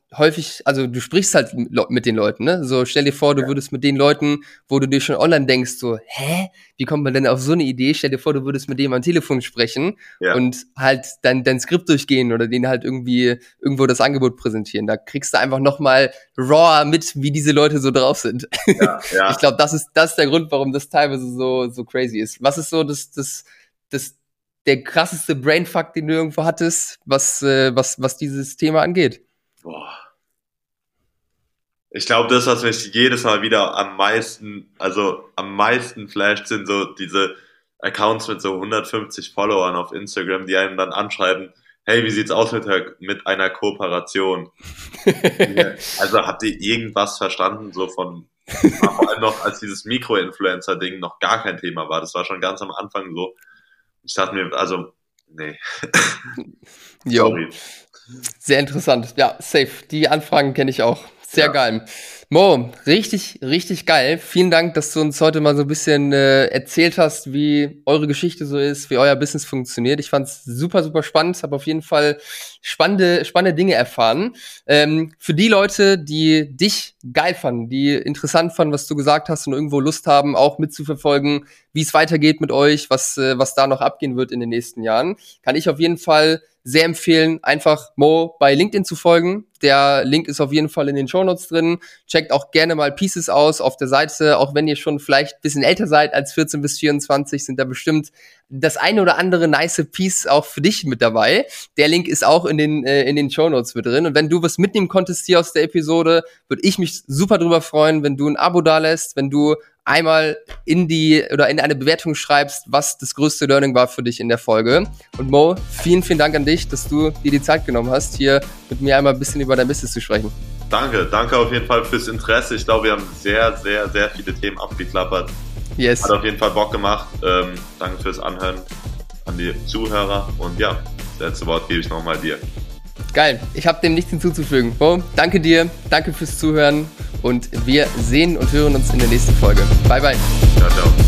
B: häufig, also du sprichst halt mit den Leuten, ne? So, stell dir vor, du würdest mit den Leuten, wo du dir schon online denkst, so, wie kommt man denn auf so eine Idee? Stell dir vor, du würdest mit dem am Telefon sprechen und halt dein Skript durchgehen oder denen halt irgendwo das Angebot präsentieren. Da kriegst du einfach nochmal raw mit, wie diese Leute so drauf sind. Ja. Ich glaube, das ist der Grund, warum das teilweise so crazy ist. Was ist so der krasseste Brainfuck, den du irgendwo hattest, was dieses Thema angeht?
A: Boah. Ich glaube, das, was mich jedes Mal wieder am meisten flasht, sind so diese Accounts mit so 150 Followern auf Instagram, die einem dann anschreiben, hey, wie sieht's aus mit einer Kooperation? Also habt ihr irgendwas verstanden, so vor allem noch, als dieses Mikro-Influencer-Ding noch gar kein Thema war. Das war schon ganz am Anfang so. Ich dachte mir, also, nee.
B: Sorry. Sehr interessant. Ja, safe. Die Anfragen kenne ich auch. Sehr geil. Mo, richtig, richtig geil. Vielen Dank, dass du uns heute mal so ein bisschen erzählt hast, wie eure Geschichte so ist, wie euer Business funktioniert. Ich fand's super, super spannend. Habe auf jeden Fall spannende Dinge erfahren. Für die Leute, die dich geil fanden, die interessant fanden, was du gesagt hast und irgendwo Lust haben, auch mitzuverfolgen, wie es weitergeht mit euch, was da noch abgehen wird in den nächsten Jahren, kann ich auf jeden Fall sehr empfehlen, einfach Mo bei LinkedIn zu folgen. Der Link ist auf jeden Fall in den Shownotes drin. Checkt auch gerne mal Pieces aus auf der Seite, auch wenn ihr schon vielleicht ein bisschen älter seid als 14 bis 24, sind da bestimmt das eine oder andere nice Piece auch für dich mit dabei. Der Link ist auch in den Shownotes mit drin. Und wenn du was mitnehmen konntest hier aus der Episode, würde ich mich super drüber freuen, wenn du ein Abo dalässt, wenn du einmal in eine Bewertung schreibst, was das größte Learning war für dich in der Folge. Und Mo, vielen, vielen Dank an dich, dass du dir die Zeit genommen hast, hier mit mir einmal ein bisschen über dein Business zu sprechen.
A: Danke auf jeden Fall fürs Interesse. Ich glaube, wir haben sehr, sehr, sehr viele Themen abgeklappert.
B: Yes.
A: Hat auf jeden Fall Bock gemacht. Danke fürs Anhören an die Zuhörer. Und ja, das letzte Wort gebe ich nochmal dir.
B: Geil, ich habe dem nichts hinzuzufügen. Mo, danke dir, danke fürs Zuhören und wir sehen und hören uns in der nächsten Folge. Bye, bye.
A: Ciao, ciao.